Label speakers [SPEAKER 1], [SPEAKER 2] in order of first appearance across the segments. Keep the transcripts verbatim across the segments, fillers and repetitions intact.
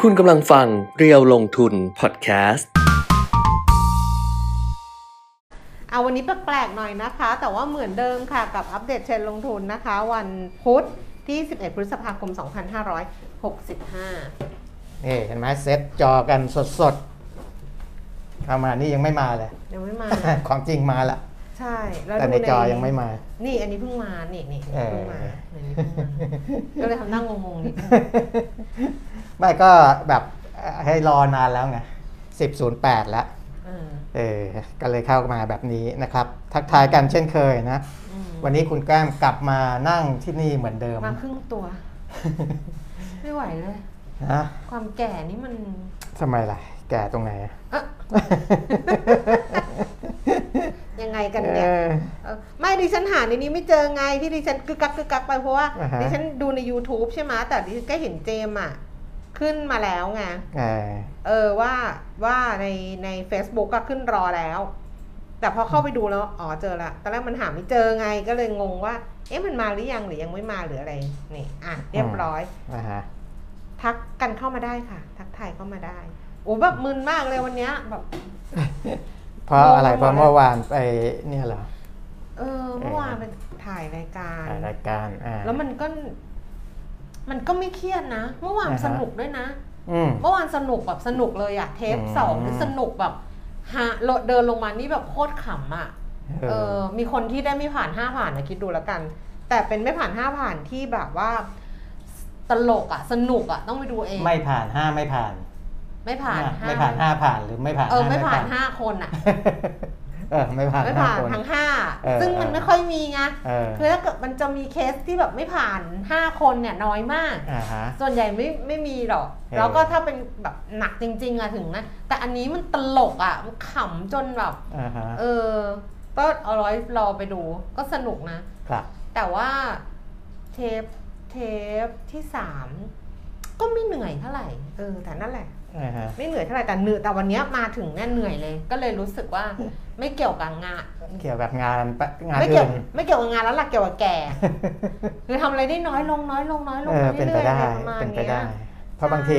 [SPEAKER 1] คุณกำลังฟังเรียวลงทุนพอดแคสต์
[SPEAKER 2] เอาวันนี้แปลกๆหน่อยนะคะแต่ว่าเหมือนเดิมค่ะกับอัปเดตเทรนด์ลงทุนนะคะวันพุธที่สิบเอ็ดพฤษภาคมสองพันห้าร้อยหกสิบห้า
[SPEAKER 3] นี่เห็นไหมเซตจอกันสดๆเข้ามานี่ยังไม่มาเลย
[SPEAKER 2] ยังไม่มา
[SPEAKER 3] ของจริงมาละ
[SPEAKER 2] ใช่
[SPEAKER 3] แต่ในจอยังไม่มา
[SPEAKER 2] นี่อันนี้เพิ่งมานี่นี่เพิ่งมาก็เลยทำหน้างงๆนิดนึง
[SPEAKER 3] ไม่ก็แบบให้รอนานแล้วไงสิบศูนย์แปดแล้วเออก็เลยเข้ามาแบบนี้นะครับทักทายกันเช่นเคยนะวันนี้คุณแก้มกลับมานั่งที่นี่เหมือนเดิม
[SPEAKER 2] มาครึ่งตัวไม่ไหวเลย
[SPEAKER 3] นะ
[SPEAKER 2] ความแก่นี่มัน
[SPEAKER 3] ทำไมล่ะแก่ตรงไหน
[SPEAKER 2] ยังไงกันเนี่ยไม่ดิฉันหาในนี้ไม่เจอไงที่ดิฉันกึกกักกึกกักไปเพราะว่าดิฉันดูใน YouTube ใช่ไหมแต่ดิฉันก็เห็นเจมอ่ะขึ้นมาแล้วไงเออว่าว่าในใน Facebook ก็ขึ้นรอแล้วแต่พอเข้าไปดูแล้วอ๋อเจอละตอนแรกมันหาไม่เจอไงก็เลยงงว่าเอ๊ะมันมาหรือยังหรือยังไม่มาหรืออะไรนี่อ่ะเรียบร้อยทักกันเข้ามาได้ค่ะทักทายเข้ามาได้โอ้แบบมึนมากเลยวันนี้แบบ
[SPEAKER 3] เพราะอะไรเพราะเมื่อวานไปเนี่ยเหรอ
[SPEAKER 2] เออเมื่อวานเป็นถ่ายรายการ
[SPEAKER 3] ถ่ายรายการอ่า
[SPEAKER 2] แล้วมันก็มันก็ไม่เครียดนะเมื่อวานสนุกด้วยนะเมื่อวานสนุกแบบสนุกเลยอะเทปสองนี่สนุกแบบฮะเดินลงมานี่แบบโคตรขำอะเออมีคนที่ได้ไม่ผ่านห้าผ่านนะคิดดูแล้วกันแต่เป็นไม่ผ่านห้าผ่านที่แบบว่าตลกอะสนุกอะต้องไปดูเอง
[SPEAKER 3] ไม่ผ่านห้าไม่ผ่าน
[SPEAKER 2] ไม่ผ่าน
[SPEAKER 3] ไม่ผ่านห้าผ่านหรือไม่ผ่าน
[SPEAKER 2] เออไม่ผ่านห้าคนอ่ะ
[SPEAKER 3] เออไม่ผ่าน
[SPEAKER 2] ไม่ผ่านทั้งห้าซึ่งมันไม่ค่อยมีไงคือถ้าเกิดมันจะมีเคสที่แบบไม่ผ่านห้าคนเนี่ยน้อยมากส่วนใหญ่ไม่ไม่มีหรอกแล้วก็ถ้าเป็นแบบหนักจริงๆอะถึงนะแต่อันนี้มันตลกอะมันขำจนแบบเออก็เอาร้อยรอไปดูก็สนุกนะแต่ว่าเทปเทปที่สามก็ไม่เหนื่อยเท่าไหร่เออแต่นั่นแหละไม่เหนื่อยเท่าไหร่แต่เหนื่อยแต่วันนี้มาถึงเนี่ยเหนื่อยเลยก็เลยรู้สึกว่าไม่เกี่ยวกับงาน
[SPEAKER 3] เกี่ยวกับงานงาน
[SPEAKER 2] ไม่เกี่ยวไม่เกี่ยวกับงานแล้วล่ะเกี่ยวกับแก่คือทำอะไรได้น้อยลงน้อยลงน้อยลง
[SPEAKER 3] เรื่อยๆเป็นไปได้เพราะบางที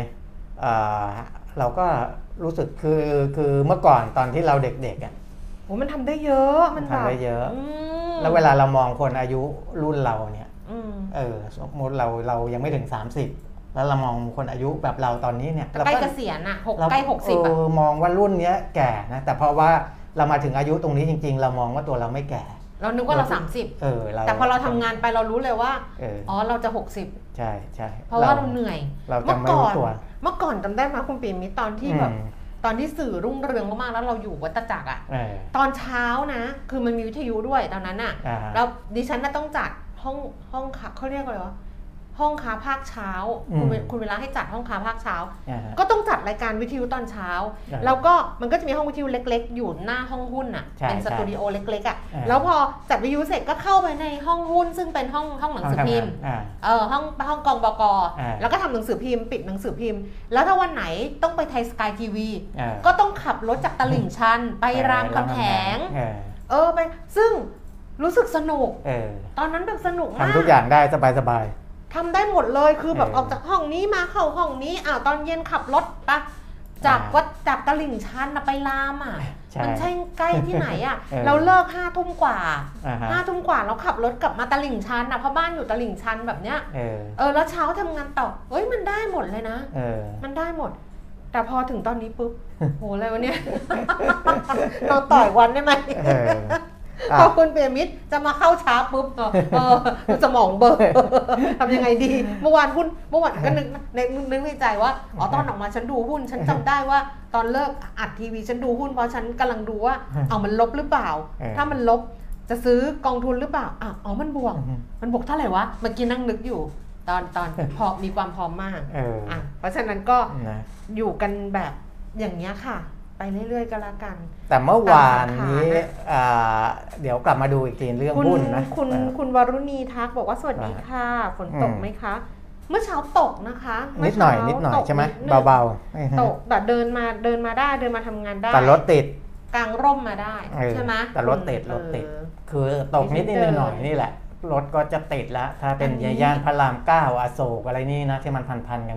[SPEAKER 3] เราก็รู้สึกคือคือเมื่อก่อนตอนที่เราเด็กๆอ่ะ
[SPEAKER 2] โอ้มันทำได้เยอะมัน
[SPEAKER 3] ทำได้เยอะแล้วเวลาเรามองคนอายุรุ่นเราเนี่ยเออสมมติเราเรายังไม่ถึงสามสิบแล้วเรามองคนอายุแบบเราตอนนี้เนี่ย
[SPEAKER 2] ใกล้เกษียณอ่ะหกใกล้หกสิบอ่ะ
[SPEAKER 3] มองว่ารุ่นนี้แก่นะแต่เพราะว่าเรามาถึงอายุตรงนี้จริงๆเรามองว่าตัวเราไม่แก่
[SPEAKER 2] เรานึกว่าเราสามสิบ
[SPEAKER 3] เออ
[SPEAKER 2] แต่พอเราทำงานไปเรารู้เลยว่าอ๋อเราจะหกสิบ
[SPEAKER 3] ใช่ใช่
[SPEAKER 2] เพราะว่าเราเหนื่อย
[SPEAKER 3] เมื่อก่อน
[SPEAKER 2] เมื่อก่อนจำได้ไหมคุณปีมิตอนที่แบบตอนที่สื่อรุ่งเรืองมากๆแล้วเราอยู่วัฏจักรอ่ะตอนเช้านะคือมันมีวิทยุด้วยตอนนั้นอ่ะแล้วดิฉันน่ะต้องจัดห้องห้องเขาเรียกอะไรวะห้องค้าภาคเช้าคุณคุณเวลาให้จัดห้องค้าภาคเช้าก็ต้องจัดรายการวิทยุตอนเช้าแล้วก็มันก็จะมีห้องวิทยุเล็กๆอยู่หน้าห้องหุ้นอ่ะเป็นสตูดิโอเล็กๆอ่ะแล้วพอจัดวิทยุเสร็จก็เข้าไปในห้องหุ้นซึ่งเป็นห้องห้องหนังสือพิมพ์เออห้องห้องกองบก.แล้วก็ทำหนังสือพิมพ์ปิดหนังสือพิมพ์แล้วถ้าวันไหนต้องไปไทยสกายทีวีก็ต้องขับรถจากตลิ่งชันไปรามคำแหงเออไปซึ่งรู้สึกสนุกตอนนั้นแบบสนุกมาก
[SPEAKER 3] ทำทุกอย่างได้สบาย
[SPEAKER 2] ทำได้หมดเลยคือแบบออกจากห้องนี้มาเข้าห้องนี้อ้าวตอนเย็นขับรถปะจากวัดจากตลิ่งชันไปรามอ่ะมันใช่ใกล้ที่ไหนอ่ะเราเลิกห้าทุ่มกว่าห้าทุ่มกว่าเราขับรถกลับมาตลิ่งชันอ่ะเพราะบ้านอยู่ตลิ่งชันแบบเนี้ยเออแล้วเช้าทำงานต่อเฮ้ยมันได้หมดเลยนะมันได้หมดแต่พอถึงตอนนี้ปุ๊บโหอะไรวะเนี่ยนอนต่อยวันได้ไหมพอคุณเปียมิตรจะมาเข้าช้าปุ๊บเออสมองเบอร์ทำยังไงดีเมื่อวานหุ้นเมื่อวานก็นึกในนึกในใจว่าอ๋อตอนออกมาฉันดูหุ้นฉันจำได้ว่าตอนเลิกอัดทีวีฉันดูหุ้นเพราะฉันกำลังดูว่าเอามันลบหรือเปล่าถ้ามันลบจะซื้อกองทุนหรือเปล่าอ๋อมันบวกมันบวกเท่าไหร่วะเมื่อกี้นั่งนึกอยู่ตอนตอนพอมีความพร้อมมากอ่ะเพราะฉะนั้นก็อยู่กันแบบอย่างเงี้ยค่ะไปเรื่อยๆก็แล้วกัน
[SPEAKER 3] แต่เมื่อวานนี้เดี๋ยวกลับมาดูอีกทีเรื่องหุ้นนะ
[SPEAKER 2] คุณคุณวรุณีทักบอกว่าสวัสดีค่ะฝนตกไหมคะเมื่อเช้าตกนะคะ
[SPEAKER 3] นิดหน่อยนิดหน่อยใช่ไหมเบา
[SPEAKER 2] ๆตกแต่เดินมาเดินมาได้เดินมาทำงานได้
[SPEAKER 3] แต่รถติด
[SPEAKER 2] กางร่มมาได้ใช่ไหม
[SPEAKER 3] แต่รถติดรถติดคือตกนิดนิดหน่อยนี่แหละรถก็จะติดแล้วถ้าเป็นย่านพระรามเก้าอโศกอะไรนี่นะที่มันพันๆกันเนี่ย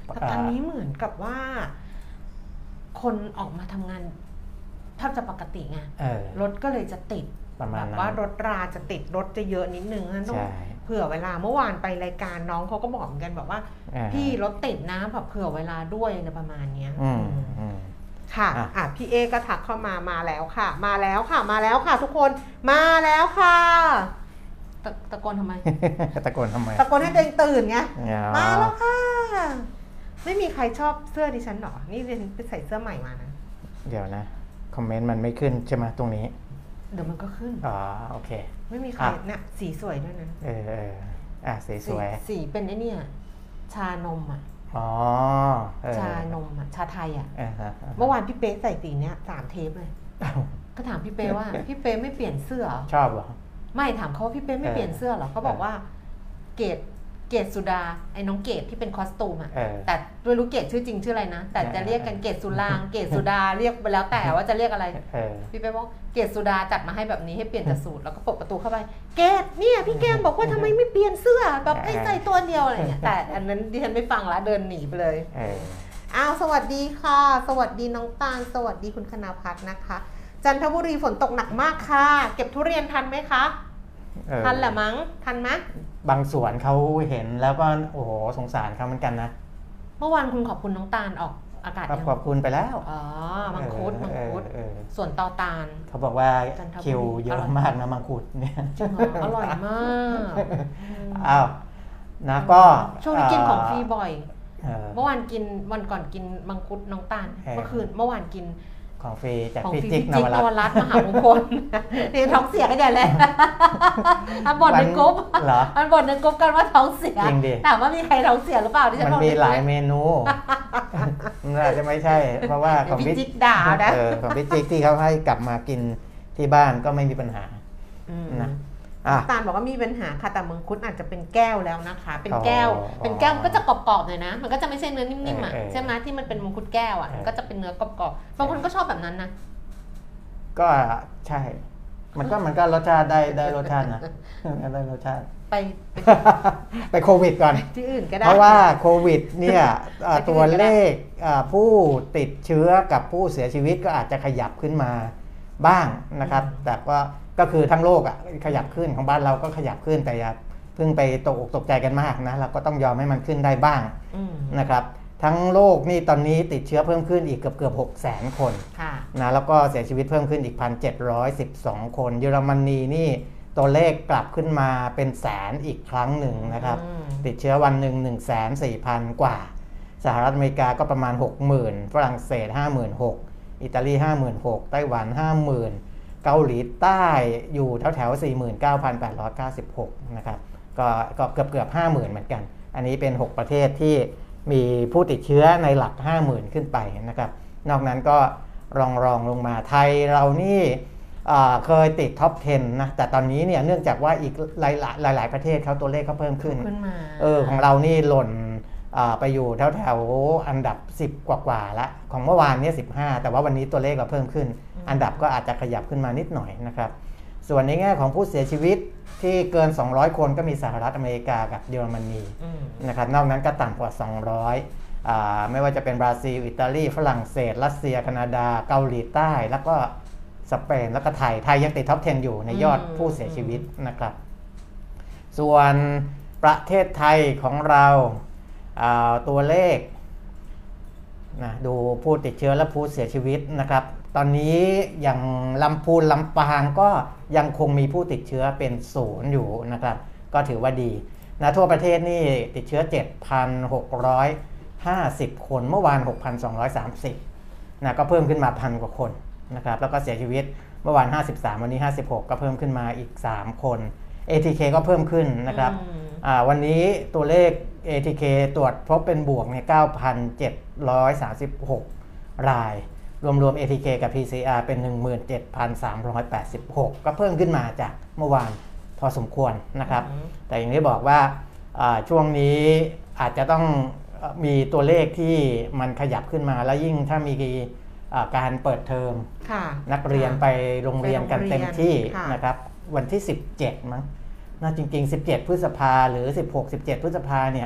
[SPEAKER 2] แต่ตอนนี้เหมือนกับว่า คนออกมาทำงานแทบจะปกติไงรถก็เลยจะติดแบบว่ารถราจะติดรถจะเยอะนิดนึงนะต้องเผื่อเวลาเมื่อวานไปรายการน้องเขาก็บอกเหมือนกันแบบว่าพี่รถติดนะแบบเผื่อเวลาด้วยอะไรประมาณเนี้ยค่ะอ่ะพี่เอก็ทักเข้ามามาแล้วค่ะ มาแล้วค่ะมาแล้วค่ะ ทุกคนมาแล้วค่ะตะตะโกนทำไม
[SPEAKER 3] ตะโกนทำไม
[SPEAKER 2] ตะโกนให้ตัวเองตื่นไงมาแล้วค่ะไม่มีใครชอบเสื้อดิฉันหรอนี่เรียนไปใส่เสื้อใหม่มานะ
[SPEAKER 3] เดี๋ยวนะคอมเมนต์มันไม่ขึ้นใช่ไหมตรงนี้
[SPEAKER 2] เดี๋ยวมันก็ขึ้น
[SPEAKER 3] อ๋อโอเค
[SPEAKER 2] ไม่มีใครเนี่ยสีสวยด้วยนะ
[SPEAKER 3] เออเอออ่ะสีสวย
[SPEAKER 2] สีเป็นไอ้นี่ชานมอ่ะ
[SPEAKER 3] อ๋อ
[SPEAKER 2] ชานมอ่ะชาไทยอ่ะเมื่อวานพี่เป๊ใส่สีเนี้ยสามเทปเลยก็ถามพี่เป๊ว่าพี่เป๊ไม่เปลี่ยนเสื้อ
[SPEAKER 3] ชอบเหรอ
[SPEAKER 2] ไม่ถามเขาว่าพี่เป๊ไม่เปลี่ยนเสื้อหรอเขาบอกว่าเกรดเกรดสุดาไอ้น้องเกรดที่เป็นคอสตูมอ่ะแต่ไม่รู้เกรดชื่อจริงชื่ออะไรนะแต่จะเรียกกันเกรดสุรางเกรดสุดาเรียกไปแล้วแต่ว่าจะเรียกอะไรพี่เป๊บอกเกรดสุดาจัดมาให้แบบนี้ให้เปลี่ยนแต่สูตรแล้วก็เปิดประตูเข้าไปเกรดเนี่ยพี่แก้มบอกว่าทำไมไม่เปลี่ยนเสื้อแบบให้ใส่ตัวเดียวอะไรเงี้ยแต่อันนั้นดิฉันไม่ฟังละเดินหนีไปเลยอ้าวสวัสดีค่ะสวัสดีน้องตาลสวัสดีคุณคณาพัฒน์นะคะจันทบุรีฝนตกหนักมากค่ะเก็บทุเรียนทันไหมคะทันแหละมั้งทันไหม
[SPEAKER 3] บางสวนเขาเห็นแล้วก็โอ้โหสงสารเขาเหมือนกันนะ
[SPEAKER 2] เมื่อวานคุณขอบคุณน้องตาลออกอากาศ
[SPEAKER 3] ขอบคุณไปแล้ว
[SPEAKER 2] อ๋อมังคุดมังคุดส่วนตอตาล
[SPEAKER 3] เขาบอกว่าคิวเยอะมากนะมังคุดเนี่ย
[SPEAKER 2] อร่อยมาก
[SPEAKER 3] อ้าวนะก็
[SPEAKER 2] ช่วงนี้กินของฟรีบ่อยเมื่อวานกินวันก่อนกินมังคุดน้องตาลเมื่อคืนเมื่อวานกิน
[SPEAKER 3] ของฟรีจากพี่จิ๊กนว
[SPEAKER 2] รัตน์มหามงคลนี่ท้องเสียกันใหญ่เลยอันบ่นในกรุ๊ปอันบ่นในกรุ๊ปกันว่าท้องเสียถามว่ามีใครท้องเสียหรือเปล่าที่ฉัน
[SPEAKER 3] บอกมันมีหลายเมนูน่าจะไม่ใช่เพราะว่า
[SPEAKER 2] ของพี่จิ๊กด่านะ
[SPEAKER 3] ของพี่จิ๊กที่เขาให้กลับมากินที่บ้านก็ไม่มีปัญหานะ
[SPEAKER 2] ตาลบอกว่ามีปัญหาค่ะแต่มังคุดอาจจะเป็นแก้วแล้วนะคะเป็นแก้วเป็นแก้วมันก็จะกรอบๆหน่อยนะมันก็จะไม่ใช่เนื้อนิ่มๆอ่ะใช่ไหมที่มันเป็นมังคุดแก้วอ่ะก็จะเป็นเนื้อกรอบๆบางคนก็ชอบแบบนั้นนะ
[SPEAKER 3] ก็ใช่มันก็มันก็รสชาติได้ได้รสชาตินะได้รสชาติ
[SPEAKER 2] ไป
[SPEAKER 3] ไปโควิดก่อน
[SPEAKER 2] ที่อื่นก็ได้
[SPEAKER 3] เพราะว่าโควิดเนี่ยตัวเลขผู้ติดเชื้อกับผู้เสียชีวิตก็อาจจะขยับขึ้นมาบ้างนะครับแต่ก็ก็คือทั้งโลกอ่ะขยับขึ้นของบ้านเราก็ขยับขึ้นแต่อย่าเพิ่งไปตกอกตกใจกันมากนะเราก็ต้องยอมให้มันขึ้นได้บ้างนะครับทั้งโลกนี่ตอนนี้ติดเชื้อเพิ่มขึ้นอีกเกือบเกือบหกแสนคนนะแล้วก็เสียชีวิตเพิ่มขึ้นอีก หนึ่งพันเจ็ดร้อยสิบสอง คนเยอรมนีนี่ตัวเลขกลับขึ้นมาเป็นแสนอีกครั้งหนึ่งนะครับติดเชื้อวันหนึ่ง หนึ่งแสนสี่พัน กว่าสหรัฐอเมริกาก็ประมาณ หกหมื่น ฝรั่งเศส ห้าหมื่นหกพัน อิตาลี ห้าหมื่นหกพัน ไต้หวัน ห้าหมื่นเกาหลีใต้อยู่แถวแถว สี่หมื่นเก้าพันแปดร้อยเก้าสิบหก นะครับก็ก็เกือบเกือบ ห้าหมื่น เหมือนกันอันนี้เป็นหกประเทศที่มีผู้ติดเชื้อในหลัก ห้าหมื่น ขึ้นไปนะครับนอกนั้นก็รองรองลงมาไทยเรานี่เคยติดท็อปสิบนะแต่ตอนนี้เนี่ยเนื่องจากว่าอีกหลายหลายหลายประเทศเขาตัวเลขเขาเพิ่มขึ้นเออของเรานี่หล่นไปอยู่แถวแถวอันดับสิบกว่าๆละของเมื่อวานนี้สิบห้าแต่ว่าวันนี้ตัวเลขเราเพิ่มขึ้นอันดับก็อาจจะขยับขึ้นมานิดหน่อยนะครับส่วนในแง่ของผู้เสียชีวิตที่เกินสองร้อยคนก็มีสหรัฐอเมริกากับเยอรมนีนะครับนอกนั้นก็ต่ำกว่าสองร้อยอ่าไม่ว่าจะเป็นบราซิลอิตาลีฝรั่งเศสรัสเซียแคนาดาเกาหลีใต้แล้วก็สเปนแล้วก็ไทยไทยยังติดท็อปสิบอยู่ในยอดผู้เสียชีวิตนะครับส่วนประเทศไทยของเราตัวเลขนะดูผู้ติดเชื้อและผู้เสียชีวิตนะครับตอนนี้อย่างลำพูนลำปางก็ยังคงมีผู้ติดเชื้อเป็นศูนย์อยู่นะครับก็ถือว่าดีนะทั่วประเทศนี่ติดเชื้อ เจ็ดพันหกร้อยห้าสิบ คนเมื่อวาน หกพันสองร้อยสามสิบ นะก็เพิ่มขึ้นมาพันกว่าคนนะครับแล้วก็เสียชีวิตเมื่อวานห้าสิบสามวันนี้ห้าสิบหกก็เพิ่มขึ้นมาอีกสามคน เอ ที เค ก็เพิ่มขึ้นนะครับวันนี้ตัวเลข เอ ที เค ตรวจพบเป็นบวกเนี่ย เก้าพันเจ็ดร้อยสามสิบหก รายรวมๆ เอ ที เค กับ พี ซี อาร์ เป็น หนึ่งหมื่นเจ็ดพันสามร้อยแปดสิบหก ก็เพิ่มขึ้นมาจากเมื่อวานพอสมควรนะครับแต่อย่างที่บอกว่าช่วงนี้อาจจะต้องมีตัวเลขที่มันขยับขึ้นมาแล้วยิ่งถ้ามีการเปิดเทอมนักเรียนไปโรงเรียนกันเต็มที่นะครับวันที่สิบเจ็ดมั้งน่าจริงๆสิบเจ็ดพฤษภาหรือสิบหก สิบเจ็ดพฤษภาเนี่ย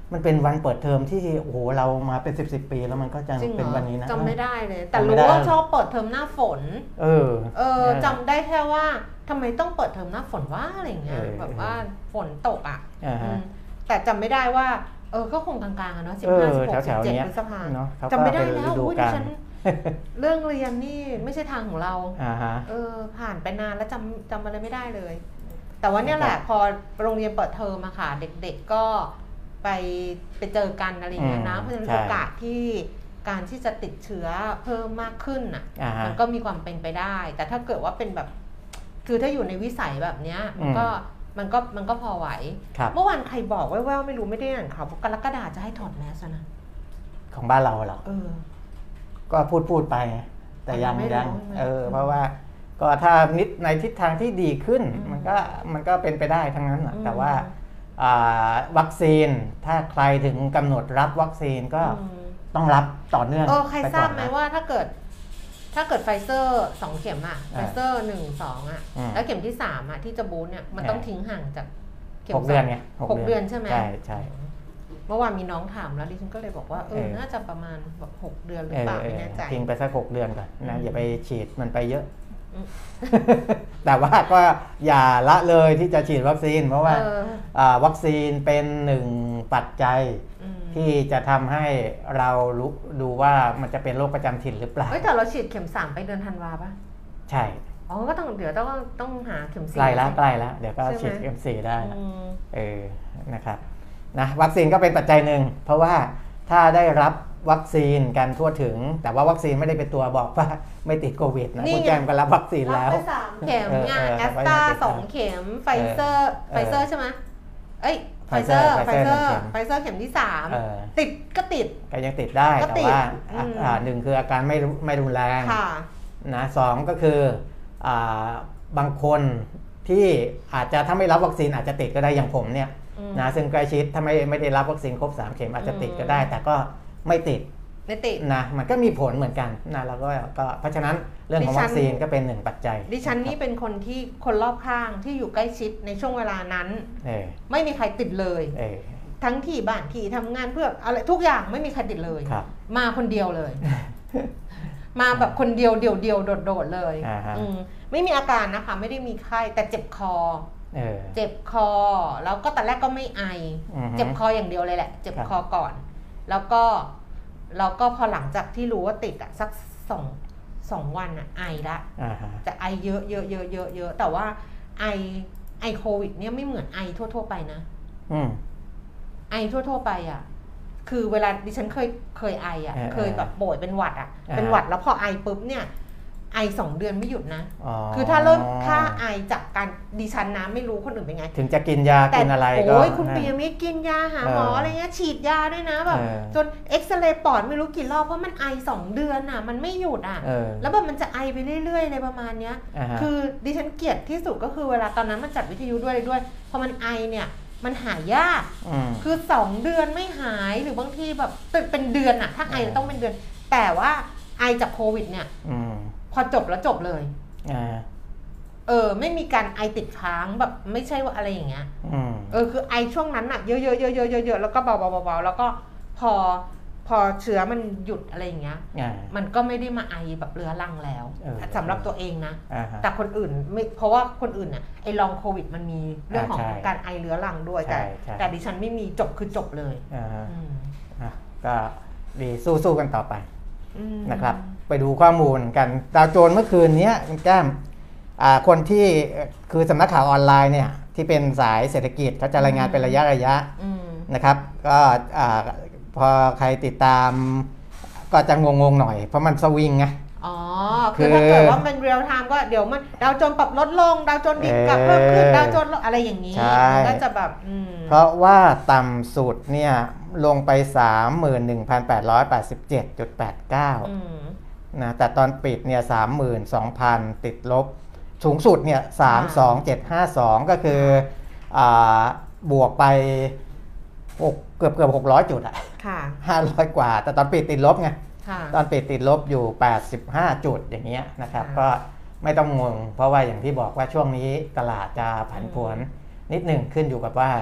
[SPEAKER 3] มันเป็นวันเปิดเทอมที่โอ้โหเรามาเป็นสิบสิบปีแล้วมันก็จะเป็นวันนี้นะ
[SPEAKER 2] จำไม่ได้เลยแต่รู้ว่าชอบเปิดเทอมหน้าฝนเออเออจำได้แค่ว่าทำไมต้องเปิดเทอมหน้าฝนว่าอะไรเงี้ยแบบว่าฝนตกอ่ะแต่จำไม่ได้ว่าเออก็คงกลางๆอะเนาะสิบห้าสิบหกสิบเจ็ดพฤษภาคมจำไม่ได้แล้วอุ้ยดิฉันเรื่องเรียนนี่ไม่ใช่ทางของเราเออผ่านไปนานแล้วจำจำอะไรไม่ได้เลยแต่ว่าเนี่ยแหละพอโรงเรียนเปิดเทอมอะค่ะเด็กๆก็ไปไปเจอกันอะไรอย่างเงี้ยนะเพราะฉะนั้นโอกาสที่การที่จะติดเชื้อเพิ่มมากขึ้นอ่ะมันก็มีความเป็นไปได้แต่ถ้าเกิดว่าเป็นแบบคือถ้าอยู่ในวิสัยแบบเนี้ยมันก็มันก็มันก็พอไหวเมื่อวานใครบอกแว่วๆไม่รู้ไม่ได้อ่านข่าวกรกฎาจะให้ถอดแมสนะ
[SPEAKER 3] ของบ้านเราเหรอเออก็พูดพูดไปแต่ยังยังเออเพราะว่าก็ถ้านิดในทิศทางที่ดีขึ้นมันก็มันก็เป็นไปได้ทั้งนั้นแหละแต่ว่าวัคซีนถ้าใครถึงกำหนดรับวัคซีนก็ต้องรับต่อเนื่อง
[SPEAKER 2] เออใครทราบไหมว่าถ้าเกิดถ้าเกิดไฟเซอร์สองเข็มอ่ะไฟเซอร์หนึ่งสองอ่ะแล้วเข็มที่สามอ่ะที่จะบูสต์เนี่ยมันต้องทิ้งห่างจาก
[SPEAKER 3] เข็มหกเดือนไง
[SPEAKER 2] หกเดือนใช่ไหม
[SPEAKER 3] ใช่ใช่
[SPEAKER 2] เมื่อวานมีน้องถามแล้วดิฉันก็เลยบอกว่าเออน่าจะประมาณแบบหกเดือนหรือเปล่าไม่แน่ใจ
[SPEAKER 3] ทิ้งไปสักหกเดือนก่อนนะอย่าไปฉีดมันไปเยอะแต่ว่าก็อย่าละเลยที่จะฉีดวัคซีนเพราะว่าวัคซีนเป็นหนึ่งปัจจัยที่จะทำให้เรารู้ดูว่ามันจะเป็นโรคประจำถิ่นหรือเปล่า
[SPEAKER 2] แต่เราฉีดเข็มสามไปเดือนธันวาป่ะ
[SPEAKER 3] ใช่
[SPEAKER 2] อ๋อก็ต้องเดี๋ยวต้องต้องหาเข็มสี่
[SPEAKER 3] ใกล้แล้วใกล้แล้วเดี๋ยวก็ฉีดเข็มสี่ได้เออนะครับนะวัคซีนก็เป็นปัจจัยหนึ่งเพราะว่าถ้าได้รับวัคซีนกันทั่วถึงแต่ว่าวัคซีนไม่ได้เป็นตัวบอกว่าไม่ติดโควิดนะคุณแจมก็รับวัคซีนแล้ว
[SPEAKER 2] รับไปสามเข็มงานแอสตราสองเข็มไฟเซอร์ไฟเซอร์ใช่ไหมเอ้ยไฟเซอร์ไฟเซอร์ไฟเซอร์เข็มที่สามติดก็ติด
[SPEAKER 3] ก็ยังติดได้แต่ว่าหนึ่งคืออาการไม่ไม่รุนแรงนะสองก็คือบางคนที่อาจจะถ้าไม่รับวัคซีนอาจจะติดก็ได้อย่างผมเนี่ยนะซึ่งใกล้ชิดถ้าไม่ไม่ได้รับวัคซีนครบสามเข็มอาจจะติดก็ได้แต่ก็ไม่ติด
[SPEAKER 2] ไม่ติด
[SPEAKER 3] นะมันก็มีผลเหมือนกันนะแล้วก็ก็เพราะฉะนั้นเรื่องของวัคซีนก็เป็นหนึ่งปัจจัย
[SPEAKER 2] ดิฉันนี่เป็นคนที่คนรอบข้างที่อยู่ใกล้ชิดในช่วงเวลานั้นไม่มีใครติดเลยทั้งที่บ้านที่ทำงานเพื่ออะไรทุกอย่างไม่มีใครติดเลยมาคนเดียวเลยมาแบบคนเดียวเดียวเดียวโดดๆเลยไม่มีอาการนะคะไม่ได้มีไข้แต่เจ็บคอเจ็บคอแล้วก็ตอนแรกก็ไม่ไอเจ็บคออย่างเดียวเลยแหละเจ็บคอก่อนแล้วก็แล้วก็พอหลังจากที่รู้ว่าติดอ่ะสักสองสองวันอ่ะไอละจะไอเยอะเยอะเยอะเยอะเยอะแต่ว่าไอไอโควิดเนี่ยไม่เหมือนไอทั่วๆไปนะไอทั่วๆไปอ่ะคือเวลาดิฉันเคยเคยไออ่ะเคยแบบป่วยเป็นหวัดอ่ะเป็นหวัดแล้วพอไอปุ๊บเนี่ยไอสองเดือนไม่หยุดนะคือถ้าเริ่มถ้าไอจากการดิฉันนะไม่รู้คนอื่นเป็นไง
[SPEAKER 3] ถึงจะกินยากินอะไรก็
[SPEAKER 2] โอ้ยคุณปียมิตรกินยาหาหมออะไรเงี้ยฉีดยาด้วยนะแบบจนเอ็กซเรย์ปอดไม่รู้กี่รอบเพราะมันไอสองเดือนอ่ะมันไม่หยุดอ่ะแล้วแบบมันจะไอไปเรื่อยๆอะไรประมาณเนี้ยคือดิฉันเกลียดที่สุดก็คือเวลาตอนนั้นมันจัดวิทยุด้วยด้วยพอมันไอเนี่ยมันหายยากคือสองเดือนไม่หายหรือบางทีแบบเป็นเดือนอ่ะถ้าไอต้องเป็นเดือนแต่ว่าไอจากโควิดเนี่ยพอจบแล้วจบเลยเออไม่มีการไอติดค้างแบบไม่ใช่ว่าอะไรอย่างเงี้ยเออคือไอช่วงนั้นอะเยอะๆๆๆๆแล้วก็เบาๆๆแล้วก็พอพอเชื้อมันหยุดอะไรอย่างเงี้ยมันก็ไม่ได้มาไอแบบเรื้อรังแล้วสำหรับตัวเองนะแต่คนอื่นไม่เพราะว่าคนอื่นน่ะไอลองโควิดมันมีเรื่องของการไอเรื้อรังด้วยแต่แต่ดิฉันไม่มีจบคือจบเลย
[SPEAKER 3] ก็ดีสู้ๆกันต่อไปนะครับไปดูข้อมูลกันดาวโจนส์เมื่อคืนนี้คุณแก้มคนที่คือสำนักข่าวออนไลน์เนี่ยที่เป็นสายเศรษฐกิจเขาจะรายงานเป็นระยะระยะนะครับก็พอใครติดตามก็จะงงๆหน่อยเพราะมันสวิงไง
[SPEAKER 2] อ๋อคือถ้าเกิดว่ามันเรียลไทม์ก็เดี๋ยวมันดาวโจนส์ปรับลดลงดาวโจนส์ดิบกลับเพิ่มขึ้นดาวโจนส์อะไรอย่างนี้มันก็จะแบบ
[SPEAKER 3] เพราะว่าต่ำสุดเนี่ยลงไป สามหมื่นหนึ่งพันแปดร้อยแปดสิบเจ็ดจุดแปดเก้า นะแต่ตอนปิดเนี่ย สามหมื่นสองพัน ติดลบสูงสุดเนี่ย สามสองเจ็ดห้าสอง ก็คืออ่าบวกไปเกือบเกือบหกร้อยจุดอ่ะห้าร้อยกว่าแต่ตอนปิดติดลบไงตอนปิดติดลบอยู่แปดสิบห้าจุดอย่างเงี้ยนะครับก็ไม่ต้องงงเพราะว่าอย่างที่บอกว่าช่วงนี้ตลาดจะผันผวนนิดหนึ่งขึ้นอยู่กับว่า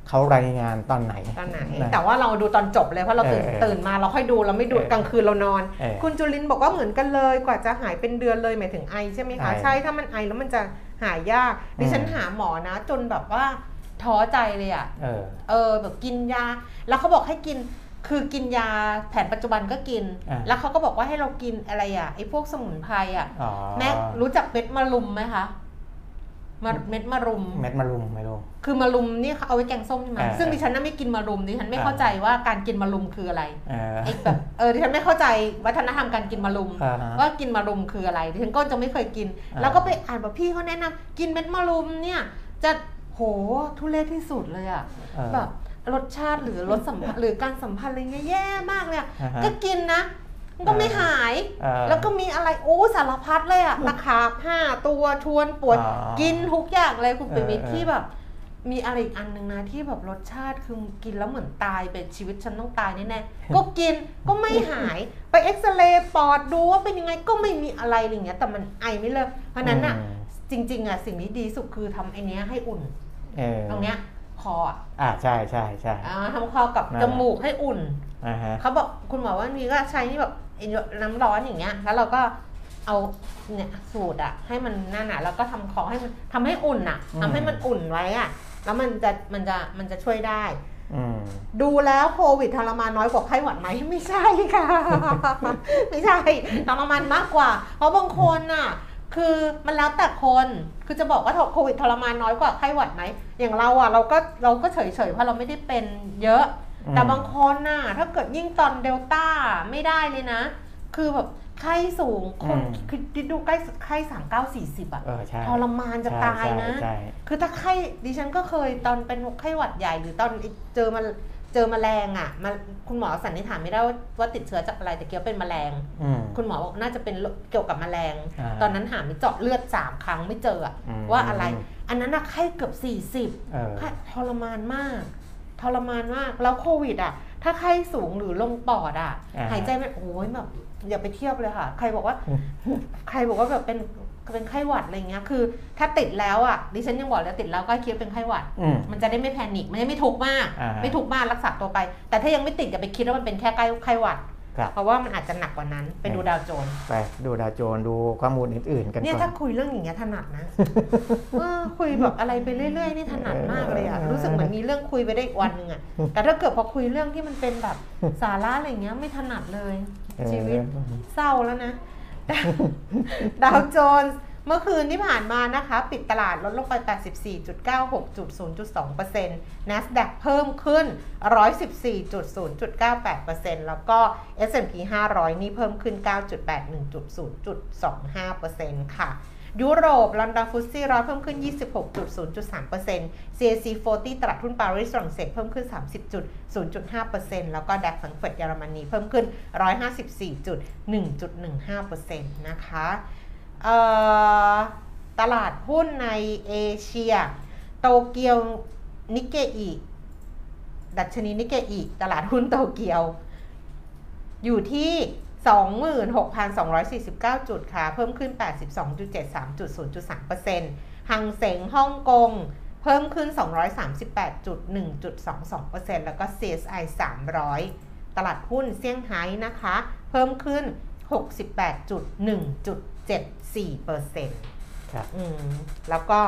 [SPEAKER 3] เขารายงานตอนไหน
[SPEAKER 2] ตอนไหนแต่ว่าเราดูตอนจบเลยเพราะเราตื่นตื่นมาเราค่อยดูเราไม่ดูกลางคืนเรานอนคุณจุลินบอกว่าเหมือนกันเลยกว่าจะหายเป็นเดือนเลยหมายถึงไอใช่ไหมคะใช่ถ้ามันไอแล้วมันจะหายยากดิฉันหาหมอนะจนแบบว่าท้อใจเลยอ่ะเออเออแบบกินยาแล้วเขาบอกให้กินคือกินยาแผนปัจจุบันก็กินแล้วเขาก็บอกว่าให้เรากินอะไรอ่ะไอ้พวกสมุนไพรอ่ะแม่รู้จักเม็ดมะรุมไหมคะเม็ดมะรุม
[SPEAKER 3] เม็ดมะรุมไม่รู้
[SPEAKER 2] คือมะรุมนี่เขาเอาไว้แกงส้มใช่ไหมซึ่งดิฉันน่ะไม่กินมะรุมดิฉันไม่เข้าใจว่าการกินมะรุมคืออะไรไอ้แบบเออดิฉันไม่เข้าใจวัฒนธรรมการกินมะรุมว่ากินมะรุมคืออะไรดิฉันก็จะไม่เคยกินแล้วก็ไปอ่านแบบพี่เขาแนะนำกินเม็ดมะรุมเนี่ยจะโหทุเรศที่สุดเลยอ่ะแบบรสชาติหรือรสสัมผัสหรือการสัมผัสอะไรเงี้ยแย่มากเลยก็กินนะก็ไม่หายแล้วก็มีอะไรโอ้สารพัดเลยอะตะขาบห้าตัวชวนปวดกินทุกอย่างเลยคุณปิมิตรที่แบบมีอะไรอีกอันนึงนะที่แบบรสชาติคือกินแล้วเหมือนตายเป็นชีวิตฉันต้องตายแน่ๆก็กินก็ไม่หายไปเอ็กซเรย์ปอดดูว่าเป็นยังไงก็ไม่มีอะไรอะไรเงี้ยแต่มันไอไม่เลิกเพราะนั้นอะจริงๆอะสิ่งที่ดีสุดคือทำไอเนี้ยให้อุ่นตรงเนี้ยคอ
[SPEAKER 3] อ่าใช่ใช่ใช่
[SPEAKER 2] ทำคอกับจมูกให้อุ่นเขาบอกคุณหมอว่ามีก็ใช้นี่แบบน้ำร้อนอย่างเงี้ยแล้วเราก็เอาเนี่ยสูตรอะให้มันหน้าหนาแล้วก็ทำคอให้มันทำให้อุ่นอะทำให้มันอุ่นไว้อะแล้วมันจะมันจะมันจะช่วยได้ดูแล้วโควิดทรมานน้อยกว่าไข้หวัดไหมไม่ใช่ค่ะไม่ใช่ทรมานมากกว่าเพราะบางคนอะคือมันแล้วแต่คนคือจะบอกว่าโควิดทรมานน้อยกว่าไข้หวัดไหมอย่างเราอะเราก็เราก็เฉยๆเพราะเราไม่ได้เป็นเยอะแต่บางคนน่ะถ้าเกิดยิ่งตอนเดลต้าไม่ได้เลยนะคือแบบไข้สูงคนคือดูใกล้ไข้สามเก้าสี่สิบอ่ะทรมานจะตายนะคือถ้าไข้ดิฉันก็เคยตอนเป็นไข้หวัดใหญ่หรือตอนเจอมาเจอแมลงอ่ะมาคุณหมอสันนิษฐานไม่ได้ว่าติดเชื้อจากอะไรแต่เกี่ยวเป็นแมลงคุณหมอบอกน่าจะเป็นเกี่ยวกับแมลงตอนนั้นหาไม่เจาะเลือดสามครั้งไม่เจอว่าอะไรอันนั้นน่ะไข้เกือบสี่สิบทรมานมากทรมานมากแล้วโควิดอ่ะถ้าไข้สูงหรือลงปอดอ่ะหายใจไม่โอ้ยแบบอย่าไปเทียบเลยค่ะใครบอกว่าใครบอกว่าแบบเป็นเป็นไข้หวัดอะไรเงี้ยคือถ้าติดแล้วอ่ะดิฉันยังบอกแล้วติดแล้วก็คิดเป็นไข้หวัดมันจะได้ไม่แพนิคมันจะไม่ทุกข์มากไม่ทุกข์มากรักษาตัวไปแต่ถ้ายังไม่ติดอย่าไปคิดว่ามันเป็นแค่ไข้หวัดเพราะว่ามันอาจจะหนักกว่านั้นไปดูดาวโจนส์
[SPEAKER 3] ไปดูดาวโจนส์ดูข้อมูลอื่นๆกันก่อน
[SPEAKER 2] เนี่ยถ้าคุยเรื่องอย่างเงี้ยถนัดนะเออคุยแบบอะไรไปเรื่อยๆนี่ถนัดมากเลยอ่ะรู้สึกเหมือนมีเรื่องคุยไปได้อีกวันนึงอ่ะแต่ถ้าเกิดพอคุยเรื่องที่มันเป็นแบบสาระอะไรเงี้ยไม่ถนัดเลยชีวิตเศร้าแล้วนะดาวโจนส์เมื่อคืนที่ผ่านมานะคะปิดตลาดลดลงไป แปดสิบสี่จุดเก้าหกจุด ศูนย์จุดสองเปอร์เซ็นต์ NASDAQ เพิ่มขึ้น หนึ่งร้อยสิบสี่จุด ศูนย์จุดเก้าแปดเปอร์เซ็นต์ แล้วก็ เอส แอนด์ พี ห้าร้อยนี่เพิ่มขึ้น เก้าจุดแปดหนึ่งจุด ศูนย์จุดสองห้าเปอร์เซ็นต์ ค่ะยุโรปลอนดอนฟุตซี่ร้อยเพิ่มขึ้น ยี่สิบหกจุด ศูนย์จุดสามเปอร์เซ็นต์ ซี เอ ซี สี่สิบตลาดหุ้นปารีสฝรั่งเศสเพิ่มขึ้น สามสิบจุด ศูนย์จุดห้าเปอร์เซ็นต์ แล้วก็ดัคfrankfurtเยอรมนีเพิ่มขึ้น หนึ่งร้อยห้าสิบสี่จุดหนึ่งจุดหนึ่งห้าเปอร์เซ็นต์ นะคะเอ่อตลาดหุ้นในเอเชียโตเกียวนิกเกอิดัชนีนิกเกอิตลาดหุ้นโตเกียวอยู่ที่ สองหมื่นหกพันสองร้อยสี่สิบเก้า จุดค่ะเพิ่มขึ้น แปดสิบสองจุดเจ็ดสามจุด ศูนย์จุดสามเปอร์เซ็นต์ หังเส็งฮ่องกงเพิ่มขึ้น สองร้อยสามสิบแปดจุดหนึ่งจุดสองสองเปอร์เซ็นต์ แล้วก็ ซี เอส ไอ สามร้อยตลาดหุ้นเซี่ยงไฮ้นะคะเพิ่มขึ้น หกสิบแปดจุดหนึ่งจุดเจ็ดสี่เปอร์เซ็นต์อืมแล้วก็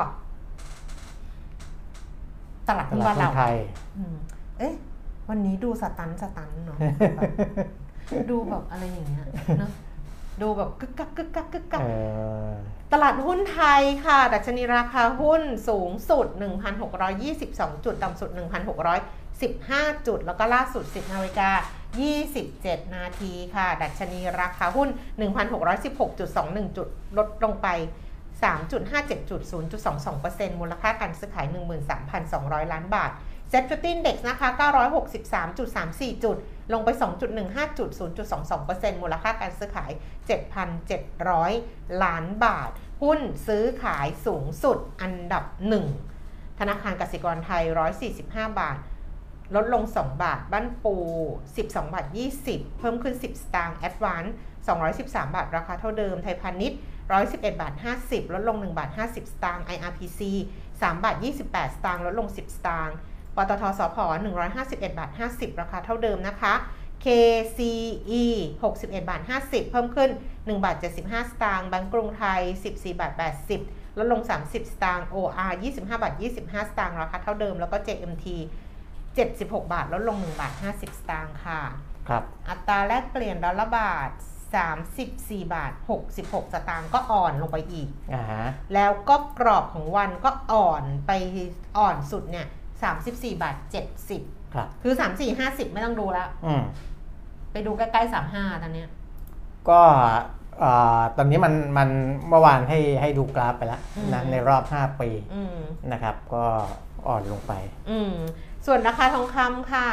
[SPEAKER 2] ตลาดหุ้นบ้านเราเอ๊ะวันนี้ดูสตันสตันเนาะดูแบบอะไรอย่างเงี้ยเนาะดูแบบกึกกักกึกกักกึกกักตลาดหุ้นไทยค่ะดัชนีราคาหุ้นสูงสุด หนึ่งพันหกร้อยยี่สิบสอง จุดต่ำสุด หนึ่งพันหกร้อยสิบห้า จุดแล้วก็ล่าสุด สิบนาฬิกายี่สิบเจ็ดนาทีค่ะดัชนีราคาหุ้น หนึ่งพันหกร้อยสิบหกจุดสองหนึ่ง จุดลดลงไป สามจุดห้าเจ็ด จุด ศูนย์จุดสองสองเปอร์เซ็นต์ มูลค่าการซื้อขาย หนึ่งหมื่นสามพันสองร้อย ล้านบาท เซ็ต ห้าสิบ Index นะคะ เก้าร้อยหกสิบสามจุดสามสี่ จุดลงไป สองจุดหนึ่งห้า จุด ศูนย์จุดสองสองเปอร์เซ็นต์ มูลค่าการซื้อขาย เจ็ดพันเจ็ดร้อย ล้านบาทหุ้นซื้อขายสูงสุดอันดับหนึ่งธนาคารกสิกรไทยหนึ่งร้อยสี่สิบห้าบาทลดลงสองบาทบ้านปูสิบสองบาทยี่สิบเพิ่มขึ้นสิบสตางค์แอดวานซ์สองร้อยสิบสามบาทราคาเท่าเดิมไทยพาณิชย์หนึ่งร้อยสิบเอ็ดบาทห้าสิบลดลงหนึ่งบาทห้าสิบสตางค์ ไอ อาร์ พี ซี สามบาทยี่สิบแปดสตางค์ลดลงสิบสตางค์ปปตทสผหนึ่งร้อยห้าสิบเอ็ดบาทห้าสิบราคาเท่าเดิมนะคะ เค ซี อี หกสิบเอ็ดบาทห้าสิบเพิ่มขึ้นหนึ่งบาทเจ็ดสิบห้าสตางค์แบงก์กรุงไทยสิบสี่บาทแปดสิบลดลงสามสิบสตางค์ โอ อาร์ ยี่สิบห้าบาทยี่สิบห้าสตางค์ราคาเท่าเดิมแล้วก็ เจ เอ็ม ที เจ็ดสิบหกบาทลดลงหนึ่งบาทห้าสิบสตางค์ค่ะ
[SPEAKER 3] ครับ
[SPEAKER 2] อัตราแลกเปลี่ยนดอลลาร์บาทสามสิบสี่บาทหกสิบหกสตางค์ก็อ่อนลงไปอีกอ่าฮะแล้วก็กรอบของวันก็อ่อนไปอ่อนสุดเนี่ยสามสิบสี่บาทเจ็ดสิบครับคือสาม สี่ ห้าสิบไม่ต้องดูแล้วอืมไปดูใกล้ๆสามสิบห้าตอนนี้
[SPEAKER 3] ก็ตอนนี้มันมันเมื่อวานให้ให้ดูกราฟไปแล้วนะในรอบห้าปีนะครับก็อ่อนลงไป
[SPEAKER 2] อืมส่วนราคาทองคำค่ะ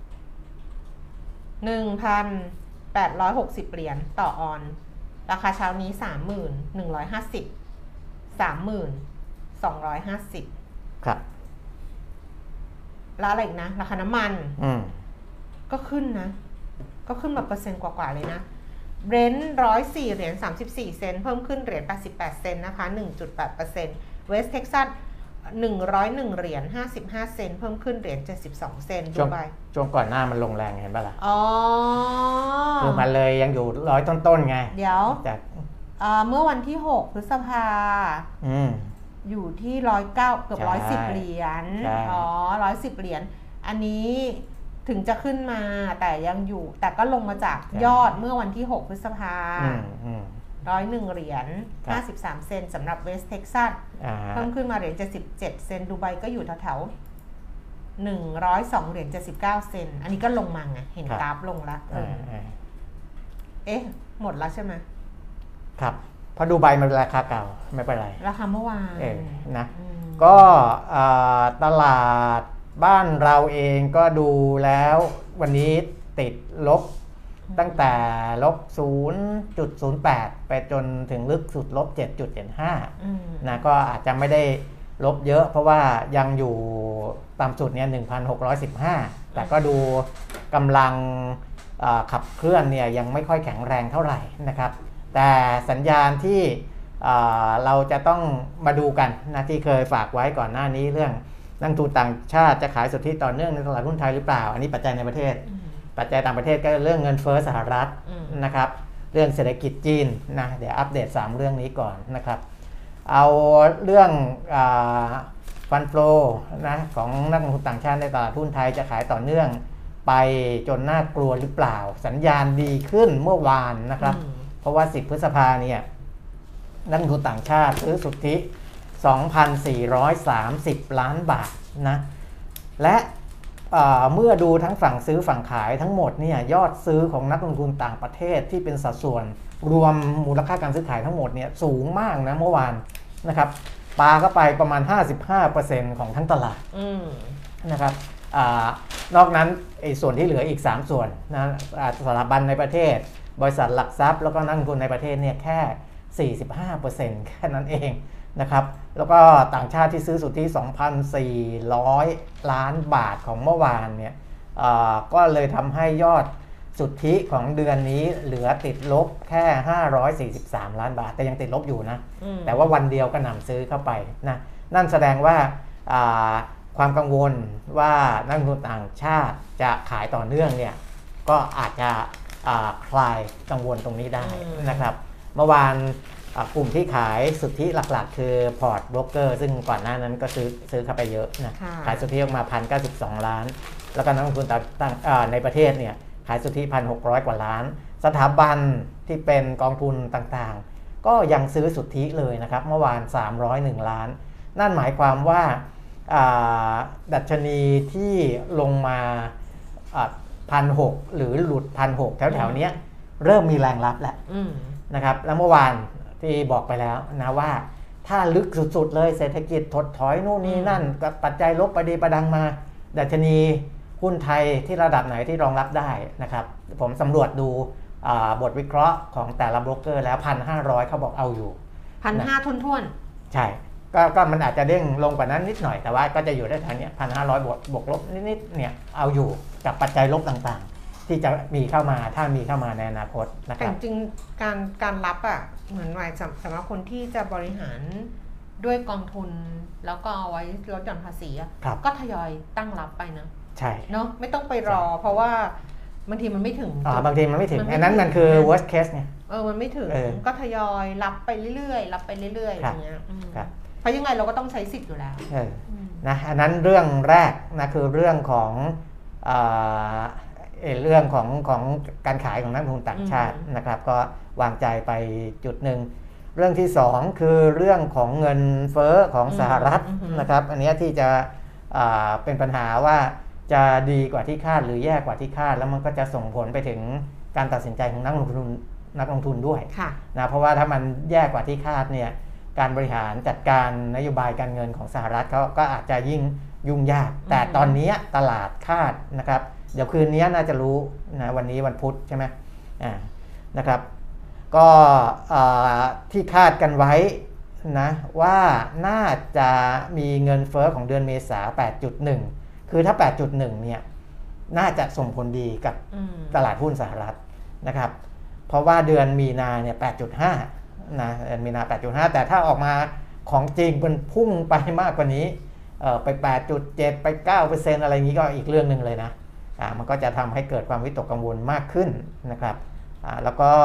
[SPEAKER 2] หนึ่งพันแปดร้อยหกสิบ เหรียญต่อออนราคาเช้านี้ สามหมื่นหนึ่งร้อยห้าสิบ สามหมื่นสองร้อยห้าสิบครับแล้วอะไรอีกนะราคาน้ำมันอืมก็ขึ้นนะก็ขึ้นมาเปอร์เซ็นต์กว่าๆเลยนะเบรนท์หนึ่งร้อยสี่เหรียญสามสิบสี่เซนต์เพิ่มขึ้นเหรียญแปดสิบแปดเซนต์นะคะ หนึ่งจุดแปดเปอร์เซ็นต์ เวสต์เท็กซัสหนึ่งร้อยเอ็ดเหรียญห้าสิบห้าเซนต์เพิ่มขึ้นเหรียญเจ็ดสิบสองเซนต์ดูไป
[SPEAKER 3] ช่วงก่อนหน้ามันลงแรงเห็นป่ะล่ะอ๋อคือมันเลยยังอยู่ร้อยต้นๆไง
[SPEAKER 2] เดี๋ยวจากเมื่อวันที่หกพฤษภาอืมอยู่ที่หนึ่งร้อยเก้าเกือบหนึ่งร้อยสิบเหรียญอ๋อหนึ่งร้อยสิบเหรียญอันนี้ถึงจะขึ้นมาแต่ยังอยู่แต่ก็ลงมาจากยอดเมื่อวันที่หกพฤษภาหนึ่งร้อยเอ็ดเหรียญห้าสิบสามเซนต์สำหรับเวสต์เท็กซัสเพิ่มขึ้นมาเหรียญเจ็ดสิบเจ็ดเซนต์ดูไบก็อยู่แถวๆหนึ่งร้อยสองเหรียญเจ็ดสิบเก้าเซนต์อันนี้ก็ลงมาไงเห็นกราฟลงละเอ๊ะหมดแล้วใช่ไหม
[SPEAKER 3] ครับเพราะดูไบมันราคาเก่าไม่เป็นไร
[SPEAKER 2] ราคาเมื่อวาน
[SPEAKER 3] นะก็ตลาดบ้านเราเองก็ดูแล้ววันนี้ติดลบตั้งแต่ลบ ศูนย์จุดศูนย์แปด ไปจนถึงลึกสุดลบ เจ็ดจุดเจ็ดห้า นะก็อาจจะไม่ได้ลบเยอะเพราะว่ายังอยู่ต่ำสุดเนี่ย หนึ่งพันหกร้อยสิบห้า แต่ก็ดูกำลังขับเคลื่อนเนี่ยยังไม่ค่อยแข็งแรงเท่าไหร่นะครับแต่สัญญาณที่เราจะต้องมาดูกันนะที่เคยฝากไว้ก่อนหน้านี้เรื่องนักทุนต่างชาติจะขายสุทธิต่อเนื่องในตลาดหุ้นไทยหรือเปล่าอันนี้ปัจจัยในประเทศปัจจัยต่างประเทศก็เรื่องเงินเฟ้อสหรัฐนะครับเรื่องเศรษฐกิจจีนนะเดี๋ยวอัปเดตสามเรื่องนี้ก่อนนะครับเอาเรื่องฟันโฟลนะของนักลงทุนต่างชาติในตลาดหุ้นไทยจะขายต่อเนื่องไปจนน่ากลัวหรือเปล่าสัญญาณดีขึ้นเมื่อวานนะครับเพราะว่าสิบพฤษภาเนี่ยนักลงทุนต่างชาติซื้อสุทธิ สองพันสี่ร้อยสามสิบ ล้านบาทนะและเมื่อดูทั้งฝั่งซื้อฝั่งขายทั้งหมดเนี่ยยอดซื้อของนักลงทุนต่างประเทศที่เป็นสัดส่วนรวมมูลค่าการซื้อขายทั้งหมดเนี่ยสูงมากนะเมื่อวานนะครับปาเข้าไปประมาณ ห้าสิบห้าเปอร์เซ็นต์ ของทั้งตลาดนะครับอานอกนั้นไอ้ส่วนที่เหลืออีกสามส่วนนะสถาบันในประเทศบริษัทหลักทรัพย์แล้วก็นักลงทุนในประเทศเนี่ยแค่ สี่สิบห้าเปอร์เซ็นต์ แค่นั้นเองนะครับแล้วก็ต่างชาติที่ซื้อสุทธิ สองพันสี่ร้อย ล้านบาทของเมื่อวานเนี่ยก็เลยทำให้ยอดสุทธิของเดือนนี้เหลือติดลบแค่ห้าร้อยสี่สิบสามล้านบาทแต่ยังติดลบอยู่นะแต่ว่าวันเดียวก็นำซื้อเข้าไปนะนั่นแสดงว่าความกังวลว่านักลงทุนต่างชาติจะขายต่อเนื่องเนี่ยก็อาจจะคลายกังวลตรงนี้ได้นะครับเมื่อวานกลุ่มที่ขายสุทธิหลักๆคือพอร์ตโบรกเกอร์ซึ่งก่อนหน้านั้นก็ซื้อซื้อเข้าไปเยอะนะขายสุทธิออกมา หนึ่งพันเก้าสิบสอง ล้านแล้วก็นักลงทุนต่างในประเทศเนี่ยขายสุทธิ หนึ่งพันหกร้อย กว่าล้านสถาบันที่เป็นกองทุนต่างๆก็ยังซื้อสุทธิเลยนะครับเมื่อวานสามร้อยเอ็ดล้านนั่นหมายความว่าดัชนีที่ลงมา หนึ่งพันหกร้อย หรือหลุด หนึ่งพันหกร้อย แถวๆนี้เริ่มมีแรงรับแล้วนะครับแล้วเมื่อวานที่บอกไปแล้วนะว่าถ้าลึกสุดๆเลยเศรษฐกิจถดถอยนู่นนี่นั่นกับปัจจัยลบประดีประดังมาดัชนีหุ้นไทยที่ระดับไหนที่รองรับได้นะครับผมสำรวจดูบทวิเคราะห์ของแต่ละโบรกเกอร์แล้ว หนึ่งพันห้าร้อย เขาบอกเอาอยู่
[SPEAKER 2] หนึ่งพันห้าร้อย ทุ่นๆ
[SPEAKER 3] ใช่ก็ก็มันอาจจะเด้งลงกว่านั้นนิดหน่อยแต่ว่าก็จะอยู่ได้ทางเนี้ย หนึ่งพันห้าร้อย บวกบวกลบนิดๆเนี่ยเอาอยู่กับปัจจัยลบต่างๆที่จะมีเข้ามาถ้ามีเข้ามาในอนาคตนะครับ
[SPEAKER 2] แต่จริงการการรับอ่ะเหมือนว่าสำหรับคนที่จะบริหารด้วยกองทุนแล้วก็เอาไว้ลดหย่อนภาษีก็ทยอยตั้งรับไปนะ
[SPEAKER 3] ใช่
[SPEAKER 2] เนาะไม่ต้องไปรอเพราะว่าบางทีมันไม่ถึง
[SPEAKER 3] อ๋อบางทีมันไม่ถึงอันนั้นมันคือ worst case เนี่ย
[SPEAKER 2] เออมันไม่ถึงก็ทยอยรับไปเรื่อยๆรับไปเรื่อยๆอย่างเงี้ยเพราะยังไงเราก็ต้องใช้สิทธิ์อยู่แล้ว
[SPEAKER 3] นะอันนั้นเรื่องแรกนะคือเรื่องของเอ่อเรื่องของของการขายของนักลงทุนต่างชาตินะครับก็วางใจไปจุดหนึ่งเรื่องที่สองคือเรื่องของเงินเฟ้อของสหรัฐนะครับอันนี้ที่จะเป็นปัญหาว่าจะดีกว่าที่คาดหรือแย่กว่าที่คาดแล้วมันก็จะส่งผลไปถึงการตัดสินใจของนักลงทุนนักลงทุนด้วยนะเพราะว่าถ้ามันแย่กว่าที่คาดเนี่ยการบริหารจัดการนโยบายการเงินของสหรัฐเขาก็อาจจะยิ่งยุ่งยากแต่ตอนนี้ตลาดคาดนะครับเดี๋ยวคืนนี้น่าจะรู้นะวันนี้วันพุธใช่ไหมอ่านะครับก็ที่คาดกันไว้นะว่าน่าจะมีเงินเฟ้อของเดือนเมษา แปดจุดหนึ่ง คือถ้า แปดจุดหนึ่ง เนี่ยน่าจะส่งผลดีกับตลาดหุ้นสหรัฐนะครับเพราะว่าเดือนมีนาเนี่ย แปดจุดห้า นะเดือนมีนา แปดจุดห้า แต่ถ้าออกมาของจริงมันพุ่งไปมากกว่านี้เอ่อไป แปดจุดเจ็ด ไป เก้าเปอร์เซ็นต์ อะไรงี้ก็อีกเรื่องนึงเลยนะอ่ามันก็จะทำให้เกิดความวิตกกังวลมากขึ้นนะครับอ่าแล้วก็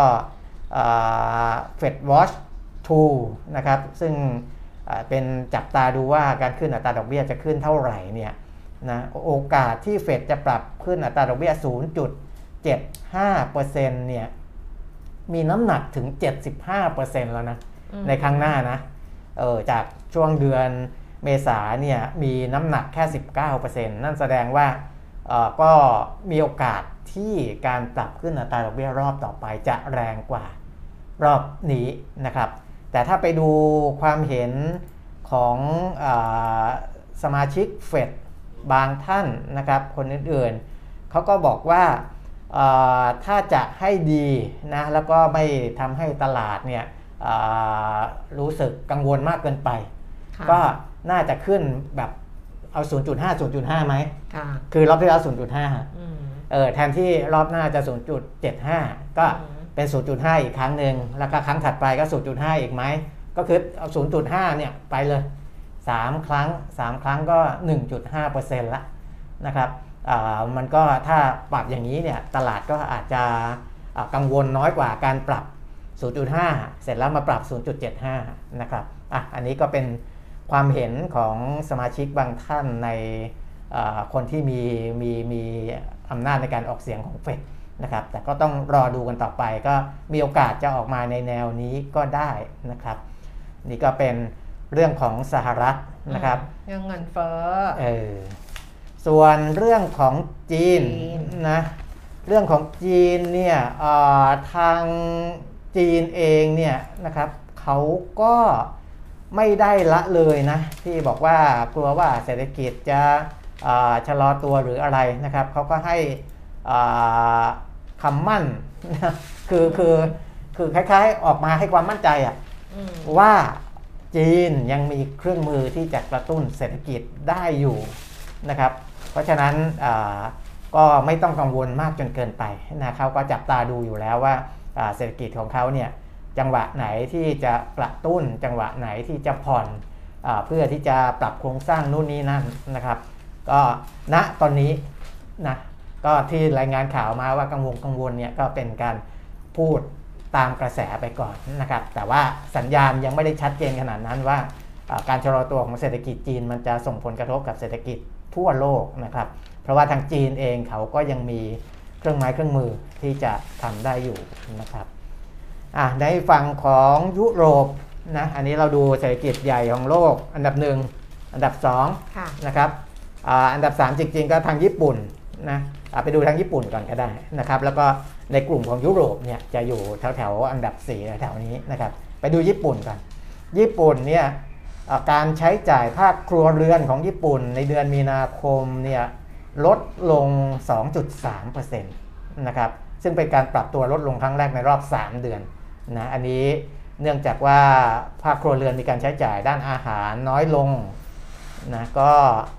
[SPEAKER 3] Fed Watch ทู นะครับซึ่งเป็นจับตาดูว่าการขึ้นอัตราดอกเบี้ยจะขึ้นเท่าไหร่เนี่ยนะโอกาสที่เฟดจะปรับขึ้นอัตราดอกเบี้ย ศูนย์จุดเจ็ดห้าเปอร์เซ็นต์ เนี่ยมีน้ำหนักถึง เจ็ดสิบห้าเปอร์เซ็นต์ แล้วนะในครั้งหน้านะเออจากช่วงเดือนเมษาเนี่ยมีน้ำหนักแค่ สิบเก้าเปอร์เซ็นต์ นั่นแสดงว่าเอ่อก็มีโอกาสที่การปรับขึ้นอัตราดอกเบี้ยรอบต่อไปจะแรงกว่ารอบนี้นะครับแต่ถ้าไปดูความเห็นของเอ่อสมาชิกเฟดบางท่านนะครับคนอื่นๆเขาก็บอกว่าเอ่อถ้าจะให้ดีนะแล้วก็ไม่ทำให้ตลาดเนี่ยเอ่อรู้สึกกังวลมากเกินไปก็น่าจะขึ้นแบบเอา ศูนย์จุดห้า ศูนย์จุดห้า ไหมคือรอบที่แล้ว ศูนย์จุดห้า เออแทนที่รอบหน้าจะ ศูนย์จุดเจ็ดห้า ก็เป็น ศูนย์จุดห้า อีกครั้งหนึ่งแล้วก็ครั้งถัดไปก็ ศูนย์จุดห้า อีกไหมก็คือเอา ศูนย์จุดห้า เนี่ยไปเลยสามครั้งสามครั้งก็ หนึ่งจุดห้าเปอร์เซ็นต์ ละนะครับอ่ามันก็ถ้าปรับอย่างนี้เนี่ยตลาดก็อาจจะกังวลน้อยกว่าการปรับ ศูนย์จุดห้า เสร็จแล้วมาปรับ ศูนย์จุดเจ็ดห้า นะครับอ่ะอันนี้ก็เป็นความเห็นของสมาชิกบางท่านในคนที่มีมีมีอำนาจในการออกเสียงของเฟดนะครับแต่ก็ต้องรอดูกันต่อไปก็มีโอกาสจะออกมาในแนวนี้ก็ได้นะครับนี่ก็เป็นเรื่องของสหรัฐนะครับ
[SPEAKER 2] เรื่องเงินเฟ้อ
[SPEAKER 3] เออส่วนเรื่องของจีนนะเรื่องของจีนเนี่ยทางจีนเองเนี่ยนะครับเขาก็ไม่ได้ละเลยนะที่บอกว่ากลัวว่าเศรษฐกิจจะชะลอตัวหรืออะไรนะครับเขาก็ให้คำมั่นคือคือคือคล้ายๆออกมาให้ความมั่นใจอะว่าจีนยังมีเครื่องมือที่จะกระตุ้นเศรษฐกิจได้อยู่นะครับเพราะฉะนั้นก็ไม่ต้องกังวลมากจนเกินไปนะเขาก็จับตาดูอยู่แล้วว่าเศรษฐกิจของเขาเนี่ยจังหวะไหนที่จะกระตุ้นจังหวะไหนที่จะผ่อนเพื่อที่จะปรับโครงสร้างนู่นนี่นั่นนะครับก็ณตอนนี้นะก็ที่รายงานข่าวมาว่ากังวลกังวลเนี่ยก็เป็นการพูดตามกระแสไปก่อนนะครับแต่ว่าสัญญาณยังไม่ได้ชัดเจนขนาดนั้นว่าการชะลอตัวของเศรษฐกิจจีนมันจะส่งผลกระทบกับเศรษฐกิจทั่วโลกนะครับเพราะว่าทางจีนเองเขาก็ยังมีเครื่องไม้เครื่องมือที่จะทำได้อยู่นะครับอ่ะในฝั่งของยุโรปนะอันนี้เราดูเศรษฐกิจใหญ่ของโลกอันดับหนึ่งอันดับสองนะครับอ่าอันดับสามจริงๆก็ทางญี่ปุ่นนะไปดูทางญี่ปุ่นก่อนก็ได้นะครับแล้วก็ในกลุ่มของยุโรปเนี่ยจะอยู่แถวๆอันดับสี่แถวนี้นะครับไปดูญี่ปุ่นกันญี่ปุ่นเนี่ยการใช้จ่ายภาคครัวเรือนของญี่ปุ่นในเดือนมีนาคมเนี่ยลดลง สองจุดสามเปอร์เซ็นต์ นะครับซึ่งเป็นการปรับตัวลดลงครั้งแรกในรอบสามเดือนนะอันนี้เนื่องจากว่าภาคครัวเรือนมีการใช้จ่ายด้านอาหารน้อยลงนะก็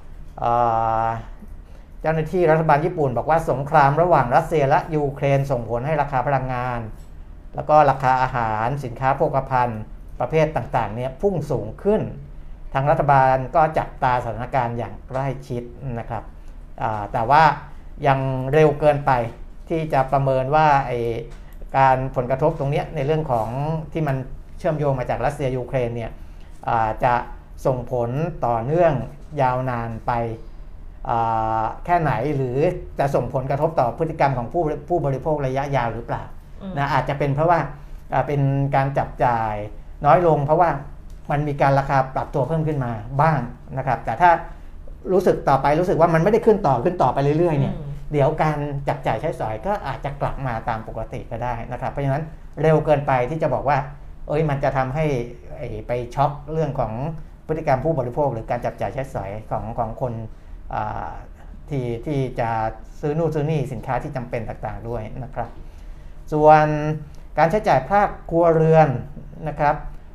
[SPEAKER 3] เจ้าหน้าที่รัฐบาลญี่ปุ่นบอกว่าสงครามระหว่างรัสเซียและยูเครนส่งผลให้ราคาพลังงานแล้วก็ราคาอาหารสินค้าโภคภัณฑ์ประเภทต่างๆเนี่ยพุ่งสูงขึ้นทางรัฐบาลก็จับตาสถานการณ์อย่างใกล้ชิดนะครับแต่ว่ายังเร็วเกินไปที่จะประเมินว่าไอ้การผลกระทบตรงนี้ในเรื่องของที่มันเชื่อมโยงมาจากรัสเซียยูเครนเนี่ยจะส่งผลต่อเนื่องยาวนานไปแค่ไหนหรือจะส่งผลกระทบต่อพฤติกรรมของผู้ผู้บริโภคระยะยาวหรือเปล่านะอาจจะเป็นเพราะว่าเป็นการจับจ่ายน้อยลงเพราะว่ามันมีการราคาปรับตัวเพิ่มขึ้นมาบ้างนะครับแต่ถ้ารู้สึกต่อไปรู้สึกว่ามันไม่ได้ขึ้นต่อขึ้นต่อไปเรื่อยๆเนี่ยเดี๋ยวการจับจ่ายใช้สอยก็อาจจะกลับมาตามปกติก็ได้นะครับเพราะฉะนั้นเร็วเกินไปที่จะบอกว่าเอ้ยมันจะทำให้ไปช็อคเรื่องของพฤติกรรมผู้บริโภคหรือการจับจ่ายใช้สอยของของคนที่ที่จะซื้อนู่นซื้อนี่สินค้าที่จำเป็นต่างๆด้วยนะครับส่วนการใช้จ่ายภาคครัวเรือนนะครับ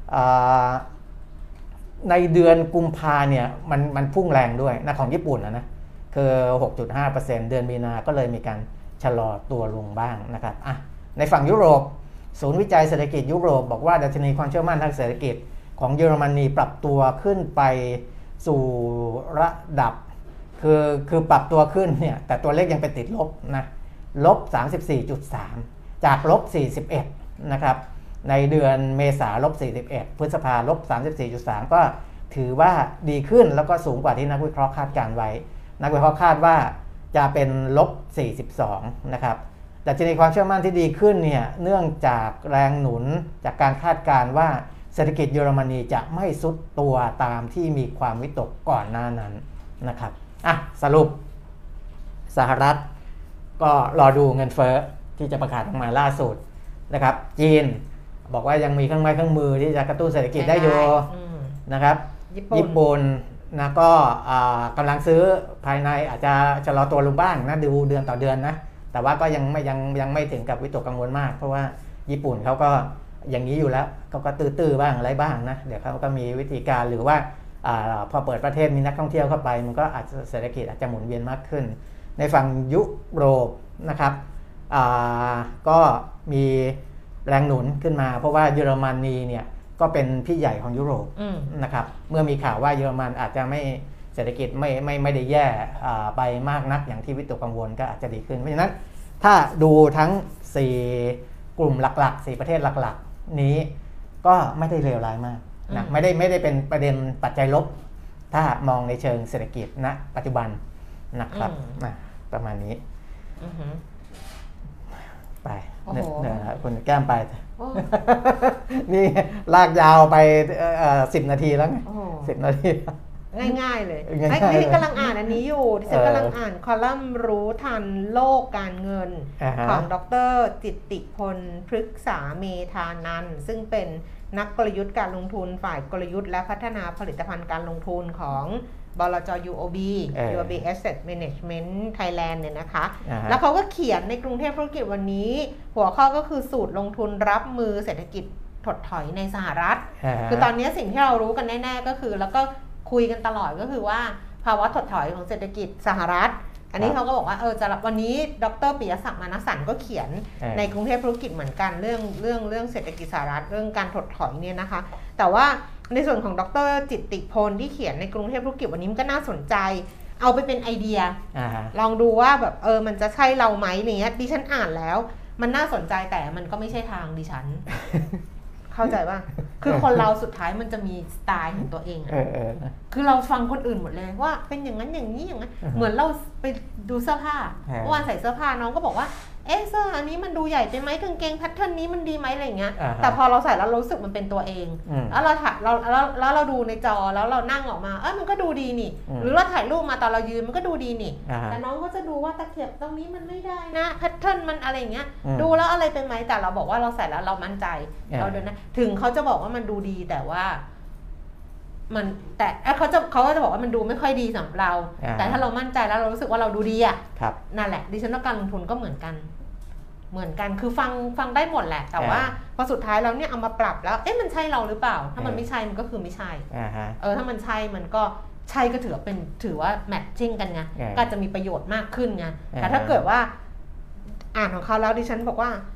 [SPEAKER 3] ในเดือนกุมภาเนี่ยมันมันพุ่งแรงด้วยนะของญี่ปุ่นนะนะคือ หกจุดห้าเปอร์เซ็นต์ เดือนมีนาก็เลยมีการชะลอตัวลงบ้างนะครับอ่ะในฝั่งยุโรปศูนย์วิจัยเศรษฐกิจยุโรปบอกว่าดัชนีความเชื่อมั่นทางเศรษฐกิจของเยอรมนีปรับตัวขึ้นไปสู่ระดับคือคือปรับตัวขึ้นเนี่ยแต่ตัวเลขยังเป็นติดลบนะลบ สามสิบสี่จุดสาม จากลบสี่สิบเอ็ดนะครับในเดือนเมษาลบสี่สิบเอ็ดพฤษภาลบ สามสิบสี่จุดสาม ก็ถือว่าดีขึ้นแล้วก็สูงกว่าที่นักวิเคราะห์คาดการไว้นักวิเคราะห์คาดว่าจะเป็นลบสี่สิบสองนะครับดัชนีความเชื่อมั่นที่ดีขึ้นเนี่ยเนื่องจากแรงหนุนจากการคาดการว่าเศรษฐกิจเยอรมนีจะไม่ทรุดตัวตามที่มีความวิตกก่อนหน้านั้นนะครับอ่ะสรุปสหรัฐก็รอดูเงินเฟ้อที่จะประกาศออกมาล่าสุดนะครับจีนบอกว่ายังมีเครื่องไม้เครื่องมือที่จะกระตุ้นเศรษฐกิจได้อยู่นะครับญี่ปุ่นนะก็กำลังซื้อภายในอาจจะชะลอตัวลงบ้างนะดูเดือนต่อเดือนนะแต่ว่าก็ยังไม่ยังยังไม่ถึงกับวิตกกังวลมากเพราะว่าญี่ปุ่นเขาก็อย่างนี้อยู่แล้วเขาก็ตื้อๆบ้างอะไรบ้างนะเดี๋ยวเขาก็มีวิธีการหรือว่าพอเปิดประเทศมีนักท่องเที่ยวเข้าไปมันก็อาจจะเศรษฐกิจอาจจะหมุนเวียนมากขึ้นในฝั่งยุโรปนะครับก็มีแรงหนุนขึ้นมาเพราะว่าเยอรมนีเนี่ยก็เป็นพี่ใหญ่ของยุโรปนะครับเมื่อมีข่าวว่าเยอรมันอาจจะไม่เศรษฐกิจไม่ไม่ไม่ได้แย่ไปมากนักอย่างที่วิตกกังวลก็อาจจะดีขึ้นเพราะฉะนั้นถ้าดูทั้งสี่กลุ่มหลักๆสี่ประเทศหลักๆนี้ก็ไม่ได้เลวร้ายมากนะไม่ได้ไม่ได้เป็นประเด็นปัจจัยลบถ้ามองในเชิงเศรษฐกิจณปัจจุบันนะครับประมาณนี้ไปเนี่ยคุณแก้มไปนี่ลากยาวไปสิบนาทีแล้วไงสิบนาที
[SPEAKER 2] ง่ายๆเลยไอ้นี่กำลังอ่านอันนี้อยู่ที่ฉันกำลังอ่านคอลัมน์รู้ทันโลกการเงินของดร.จิตติพลพฤกษาเมธานันท์ซึ่งเป็นนักกลยุทธ์การลงทุนฝ่ายกลยุทธ์และพัฒนาผลิตภัณฑ์การลงทุนของบลจ. ยู โอ บี ยู โอ บี Asset Management Thailand เนี่ยนะคะแล้วเขาก็เขียนในกรุงเทพธุรกิจวันนี้หัวข้อก็คือสูตรลงทุนรับมือเศรษฐกิจถดถอยในสหรัฐคือตอนนี้สิ่งที่เรารู้กันแน่ๆก็คือแล้วก็คุยกันตลอดก็คือว่าภาวะถดถอยของเศรษฐกิจสหรัฐอันนี้เขาก็บอกว่าเออจะวันนี้ดร.ปิยศักดิ์ มานสันต์ก็เขียนในกรุงเทพธุรกิจเหมือนกันเรื่องเรื่องเรื่องเศรษฐกิจสหรัฐเรื่องการถดถอยเนี่ยนะคะแต่ว่าในส่วนของดร.จิตติพลที่เขียนในกรุงเทพธุรกิจวันนี้มันก็น่าสนใจเอาไปเป็นไอเดียลองดูว่าแบบเออมันจะใช่เราไหมอะไรเงี้ยดิฉันอ่านแล้วมันน่าสนใจแต่มันก็ไม่ใช่ทางดิฉัน เข้าใจป่ะคือคนเราสุดท้ายมันจะมีสไตล์ของตัวเองอ่ะคือเราฟังคนอื่นหมดเลยว่าเป็นอย่างนั้นอย่างนี้อย่างนั้นเหมือนเราไปดูเสื้อผ้าเมื่อวานใส่เสื้อผ้าน้องก็บอกว่าเอ๊ะเสื้ออันนี้มันดูใหญ่ไปไหมกางเกงแพทเทิร์นนี้มันดีไหมอะไรอย่างเงี้ยแต่พอเราใส่แล้วเรารู้สึกมันเป็นตัวเองแล้วเราถ่ายเราแล้วแล้วเราดูในจอแล้วเรานั่งออกมาเออมันก็ดูดีนี่หรือเราถ่ายรูปมาตอนเรายืนมันก็ดูดีนี่แต่น้องก็จะดูว่าตะเข็บตรงนี้มันไม่ได้นะแพทเทิร์นมันอะไรอย่างเงี้ยดูแล้วอะไรเป็นไหมแต่เราบอกว่าเราใส่แล้วเรามั่นใจเราเดินนะถึงเขาจะบอกว่ามันดูดีแต่ว่ามันแต่เขาจะเขาก็จะบอกว่ามันดูไม่ค่อยดีสำหรับเราแต่ถ้าเรามั่นใจแล้วเรารู้สึกว่าเราดูดีอ่ะนั่นแหละดิฉันว่าการลงทุนก็เหมือนกันเหมือนกันคือฟังฟังได้หมดแหละแต่ว่าพอสุดท้ายแล้วเนี่ยเอามาปรับแล้วเอ๊ะมันใช่เราหรือเปล่าถ้ามันไม่ใช่มันก็คือไม่ใช่เออถ้ามันใช่มันก็ใช่ก็ถือเป็นถือว่าแมทชิ่งกันไงก็จะมีประโยชน์มากขึ้นไงแต่ถ้าเกิดว่าอ่านของเขาแล้วดิฉันบอกว่า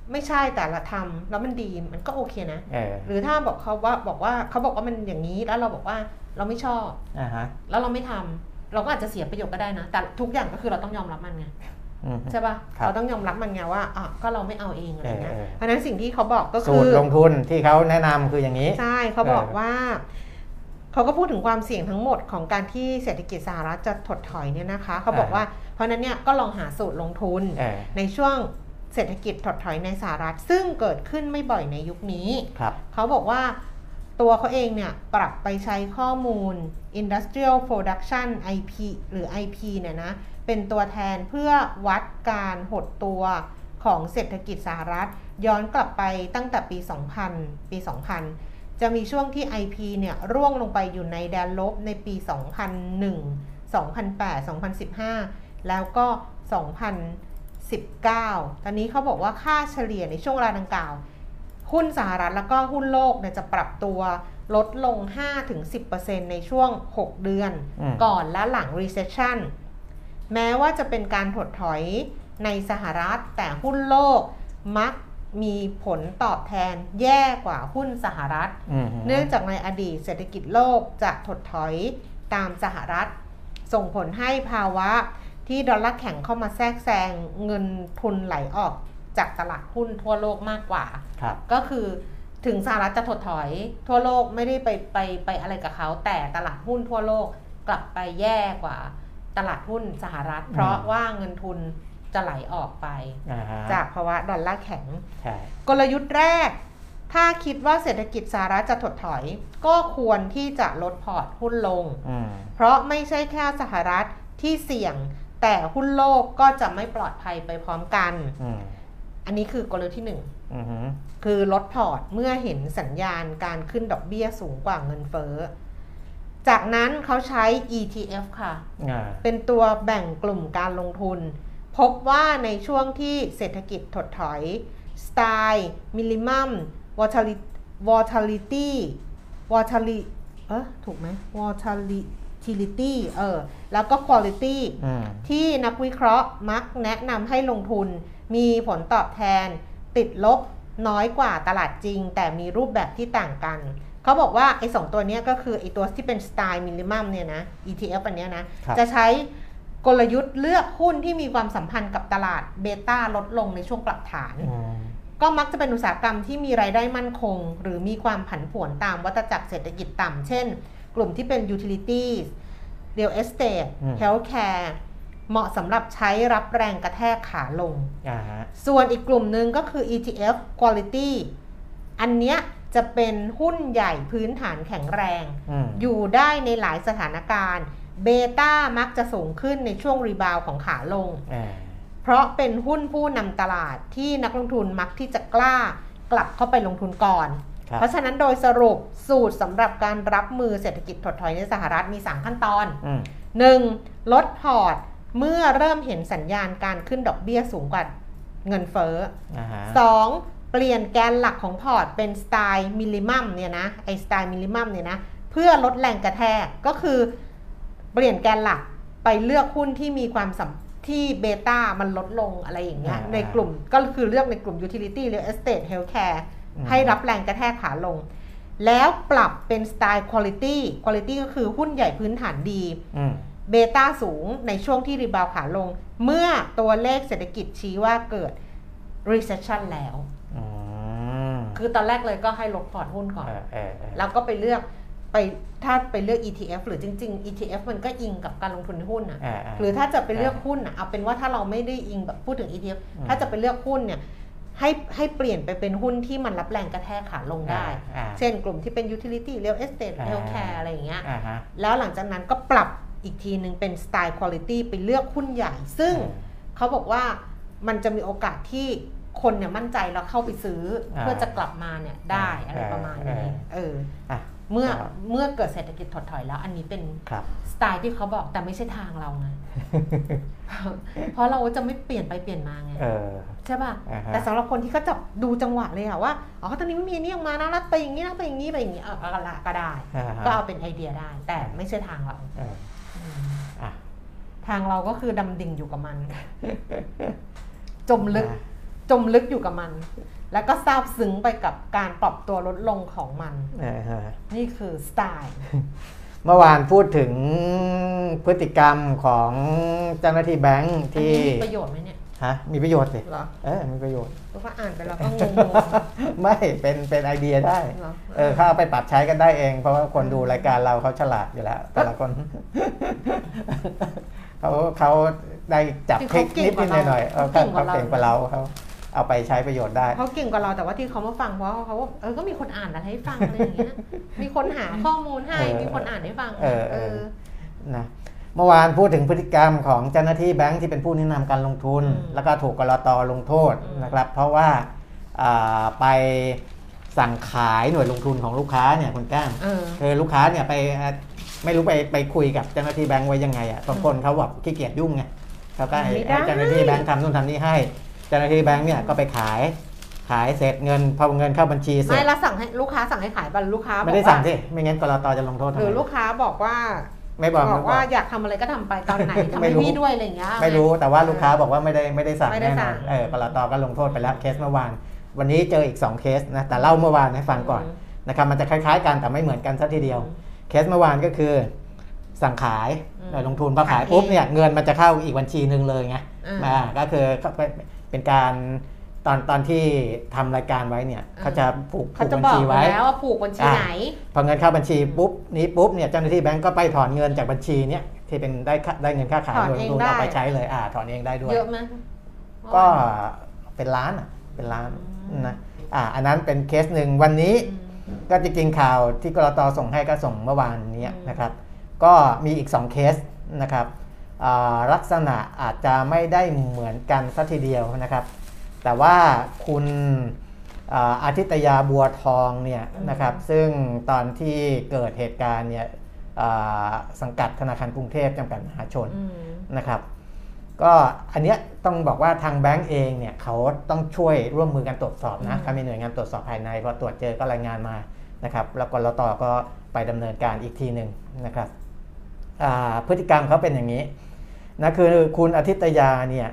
[SPEAKER 2] ไม่ใช่แต่ละทำแล้วมันดีมันก็โอเคนะ
[SPEAKER 3] เออ
[SPEAKER 2] หรือถ้าบอกเขาว่าบอกว่าเขาบอกว่ามันอย่างนี้แล้วเราบอกว่าเราไม่ชอบ
[SPEAKER 3] อ่าฮะ
[SPEAKER 2] แล้วเราไม่ทำเราก็อาจจะเสียประโยชน์ก็ได้นะแต่ทุกอย่างก็คือเราต้องยอมรับมันไงใช่ป่ะเราต้องยอมรับมันไงว่าอ่ะก็เราไม่เอาเองอะไรเงี้ยเพราะนั้นสิ่งที่เขาบอกก็คือ
[SPEAKER 3] สูตรลงทุนที่เขาแนะนำคืออย่างนี้
[SPEAKER 2] ใช่เขาบอกว่าเขาก็พูดถึงความเสี่ยงทั้งหมดของการที่เศรษฐกิจสหรัฐจะถดถอยเนี่ยนะคะเขาบอกว่าเพราะนั้นเนี่ยก็ลองหาสูตรลงทุนในช่วงเศรษฐกิจถดถอยในสหรัฐซึ่งเกิดขึ้นไม่บ่อยในยุคนี้เขาบอกว่าตัวเขาเองเนี่ยปรับไปใช้ข้อมูล Industrial Production ไอ พี หรือ ไอ พี เนี่ยนะเป็นตัวแทนเพื่อวัดการหดตัวของเศรษฐกิจสหรัฐย้อนกลับไปตั้งแต่ปี สองพัน ปี สองพัน จะมีช่วงที่ ไอ พี เนี่ยร่วงลงไปอยู่ในแดนลบในปี สองพันหนึ่ง สองพันแปด สองพันสิบห้า แล้วก็ สองพันสิบเก้า ตอนนี้เขาบอกว่าค่าเฉลี่ยในช่วงเวลาดังกล่าวหุ้นสหรัฐแล้วก็หุ้นโลกเนี่ยจะปรับตัวลดลง ห้าถึงสิบเปอร์เซ็นต์ ในช่วงหกเดือนก่อนและหลัง recession แม้ว่าจะเป็นการถดถอยในสหรัฐแต่หุ้นโลกมักมีผลตอบแทนแย่กว่าหุ้นสหรัฐเนื่องจากในอดีตเศรษฐกิจโลกจะถดถอยตามสหรัฐส่งผลให้ภาวะที่ดอลลาร์แข็งเข้ามาแทรกแซงเงินทุนไหลออกจากตลาดหุ้นทั่วโลกมากกว่าก็คือถึงสหรัฐจะถดถอยทั่วโลกไม่ได้ไปไปไปอะไรกับเขาแต่ตลาดหุ้นทั่วโลกกลับไปแย่กว่าตลาดหุ้นสหรัฐเพราะว่าเงินทุนจะไหลออกไปจากภาวะดอลลาร์แข็งกลยุทธ์แรกถ้าคิดว่าเศรษฐกิจสหรัฐจะถดถอยก็ควรที่จะลดพอร์ตหุ้นลงเพราะไม่ใช่แค่สหรัฐที่เสี่ยงแต่หุ้นโลกก็จะไม่ปลอดภัยไปพร้อมกันอันนี้คือกลยุทธ์ที่หนึ่งคือลดพอร์ตเมื่อเห็นสัญญาณการขึ้นดอกเบี้ยสูงกว่าเงินเฟ้อจากนั้นเขาใช้ อี ที เอฟ ค่ะเป็นตัวแบ่งกลุ่มการลงทุนพบว่าในช่วงที่เศรษฐกิจถดถอยสไตล์ minimum volatility volatility เออถูกไหม volatility เออแล้วก็ quality ที่นักวิเคราะห์มักแนะนำให้ลงทุนมีผลตอบแทนติดลบน้อยกว่าตลาดจริงแต่มีรูปแบบที่ต่างกันเขาบอกว่าไอ้สองตัวนี้ก็คือไอ้ตัวที่เป็นสไตล์มินิมัมเนี่ยนะ อี ที เอฟ อันเนี้ยนะจะใช้กลยุทธ์เลือกหุ้นที่มีความสัมพันธ์กับตลาดเบต้าลดลงในช่วงปรับฐานก็มักจะเป็นอุตสาหกรรมที่มีรายได้มั่นคงหรือมีความผันผวนตามวัฏจักรเศรษฐกิจต่ำเช่นกลุ่มที่เป็น utilities real estate healthcare เหมาะสำหรับใช้รับแรงกระแทกขาลงส่วนอีกกลุ่มหนึ่งก็คือ อี ที เอฟ quality อันเนี้ยจะเป็นหุ้นใหญ่พื้นฐานแข็งแรงอยู่ได้ในหลายสถานการณ์เบต้ามักจะสูงขึ้นในช่วงรีบาวของขาลงเพราะเป็นหุ้นผู้นำตลาดที่นักลงทุนมักที่จะกล้ากลับเข้าไปลงทุนก่อนเพราะฉะนั้นโดยสรุปสูตรสำหรับการรับมือเศรษฐกิจถดถอยในสหรัฐมีสามขั้นตอน หนึ่ง ลดพอร์ตเมื่อเริ่มเห็นสัญญาณการขึ้นดอกเบี้ยสูงกว่าเงินเฟ้อ สอง เปลี่ยนแกนหลักของพอร์ตเป็นสไตล์มินิมัมเนี่ยนะไอสไตล์มินิมัมเนี่ยนะเพื่อลดแรงกระแทกก็คือเปลี่ยนแกนหลักไปเลือกหุ้นที่มีความสัมที่เบต้ามันลดลงอะไรอย่างเงี้ยในกลุ่มก็คือเลือกในกลุ่ม utility real estate healthcare ให้รับแรงกระแทกขาลงแล้วปรับเป็นสไตล์ quality quality ก็คือหุ้นใหญ่พื้นฐานดีเบต้าสูงในช่วงที่รีบาวขาลงเมื่อตัวเลขเศรษฐกิจชี้ว่าเกิด recession แล้วคือตอนแรกเลยก็ให้ลดพอร์ตหุ้นก่อนแล้วก็ไปเลือกไปถ้าไปเลือก อี ที เอฟ หรือจริงๆ อี ที เอฟ มันก็อิงกับการลงทุนในหุ้นอ่ะหรือถ้าจะไปเลือกหุ้นอ่ะเอาเป็นว่าถ้าเราไม่ได้อิงแบบพูดถึง อี ที เอฟ ถ้าจะไปเลือกหุ้นเนี่ยให้ให้เปลี่ยนไปเป็นหุ้นที่มันรับแรงกระแทกขาลงได้เช่นกลุ่มที่เป็น utility real estate healthcare อะไรอย่างเงี้ยแล้วหลังจากนั้นก็ปรับอีกทีนึงเป็นสไตล์ quality ไปเลือกหุ้นใหญ่ซึ่งเขาบอกว่ามันจะมีโอกาสที่คนเนี่ยมั่นใจแล้วเข้าไปซื้อเพื่อจะกลับมาเนี่ยได้อะไรประมาณนี้เออเมื่อเมื่อเกิดเศรษฐกิจถดถอยแล้วอันนี้เป็นสไตล์ที่เขาบอกแต่ไม่ใช่ทางเราไง เพราะเราจะไม่เปลี่ยนไปเปลี่ยนมาไงใช่ป่ะแต่สำหรับคนที่เขาจับดูจังหวะเลยอะว่าอ๋อตอนนี้ไม่มีนี่ออกมานะแล้วไปอย่างนี้นะไปอย่างนี้ไปอย่างนี้เอาก็ละก็ได้ก็เอาเป็นไอเดียได้แต่ไม่ใช่ทางเราทางเราก็คือดำดิ่งอยู่กับมันจมลึกจมลึกอยู่กับมันแล้วก็ซาบซึ้งไปกับการปรับตัวลดลงของมันนี่คือสไตล์
[SPEAKER 3] เมื่อวานพูดถึงพฤติกรรมของเจ้าหน้าที่แบงค์ที่
[SPEAKER 2] มีประโยชน์ไหมเนี่ย
[SPEAKER 3] ฮะมีประโยชน์สิ
[SPEAKER 2] เหรอ
[SPEAKER 3] เออมีประโยชน์
[SPEAKER 2] เพราะว่าอ่านไปแล้วก็งง
[SPEAKER 3] ๆไม่เป็นเป็นไอเดียได้เออเขาเอาไปปรับใช้กันได้เองเพราะว่าคนดูรายการเราเขาฉลาดอยู่แล้วแต่ละคนเขาเขาได้จับเทคนิคนิดหน่อยๆเขาเขาเก่งกว่าเราเขาเอาไปใช้ประโยชน์ได้
[SPEAKER 2] เขาเก่งกว่าเราแต่ว่าที่เขามาฟังเพราะเขาเออก็มีคนอ่านอะไรให้ฟังอะไรอย่างเงี้ยมีคนหาข้อมูลให้มีคนอ่านให้ฟัง
[SPEAKER 3] เออเออนะเมื่อวานพูดถึงพฤติกรรมของเจ้าหน้าที่แบงค์ที่เป็นผู้แนะนำการลงทุนแล้วก็ถูกกลต.ลงโทษนะครับเพราะว่าไปสั่งขายหน่วยลงทุนของลูกค้าเนี่ยคุณแก้มคือลูกค้าเนี่ยไปไม่รู้ไปไปคุยกับเจ้าหน้าที่แบงค์ไว้ยังไงอ่ะบางคนเขาแบบขี้เกียจยุ่งไงเขาก็ให้เจ้าหน้าที่แบงค์ทำนู่นทำนี่ให้เจ้าหน้าที่แบงค์เนี่ยก็ไปขายขายเสร็จเงินพอเงินเข้าบัญชีเสร็จ
[SPEAKER 2] ไม่ละสั่งให้ลูกค้าสั่งให้ขายบัตรลูกค้า
[SPEAKER 3] ไม่ได้สั่งสิไม่งั้นกลต.จะลงโทษ
[SPEAKER 2] หรือลูกค้าบอกว่า
[SPEAKER 3] ไม่บอก
[SPEAKER 2] บอกว่าอยากทำอะไรก็ทำไปตอนไหนทำให้พี่ด้วยอะไรอย่างเงี้ย
[SPEAKER 3] ไม่รู้แต่ว่าลูกค้าบอกว่าไม่ได้ไม่ได้สั่งแน่นอนเออกลต.ก็ลงโทษไปแล้วเคสเมื่อวานวันนี้เจออีกสองเคสนะแต่เล่าเมื่อวานให้ฟังก่อนนะครับมันจะคล้ายๆกันแต่ไม่เหมือนกันซะทีเดียวเคสเมื่อวานก็คือสั่งขายหน่วยลงทุนพอขายปุ๊บเนี่ยเงินมันจะเข้าอีกบัญชีนึงเลยไงอ่าก็คือเป็นการตอนตอนที่ทำรายการไว้เนี่ยเขาจะผูกผูกบัญชีไว้
[SPEAKER 2] แล้วว่าผูกบัญชีไหน
[SPEAKER 3] พอเงินเข้าบัญชีปุ๊บนี้ปุ๊บเนี่ยเจ้าหน้าที่แบงก์ก็ไปถอนเงินจากบัญชีเนี้ยที่เป็นได้ได้เงินค่าขายโดยลงทุนเอาไปใช้เลยอ่าถอนเองได้ด้วย
[SPEAKER 2] เยอะไหม
[SPEAKER 3] ก็เป็นล้านอ่ะเป็นล้านนะอ่าอันนั้นเป็นเคสหนึ่งวันนี้ก็จริงๆข่าวที่กลต.ส่งให้ก็ส่งเมื่อวานนี้นะครับก็มีอีกสองเคสนะครับลักษณะอาจจะไม่ได้เหมือนกันสัทีเดียวนะครับแต่ว่าคุณอาทิตยาบัวทองเนี่ยนะครับซึ่งตอนที่เกิดเหตุการณ์เนี่ยสังกัดธนาคารกรุงเทพจำกัดมหาชนนะครับก็อันเนี้ยต้องบอกว่าทางแบงก์เองเนี่ยเขาต้องช่วยร่วมมือกันตรวจสอบนะเขามีหน่วยงานตรวจสอบภายในพอตรวจเจอก็รายงานมานะครับแล้วกลต.ก็ไปดำเนินการอีกทีหนึ่งนะครับพฤติกรรมเขาเป็นอย่างนี้นะคือคุณอาทิตยาเนี่ย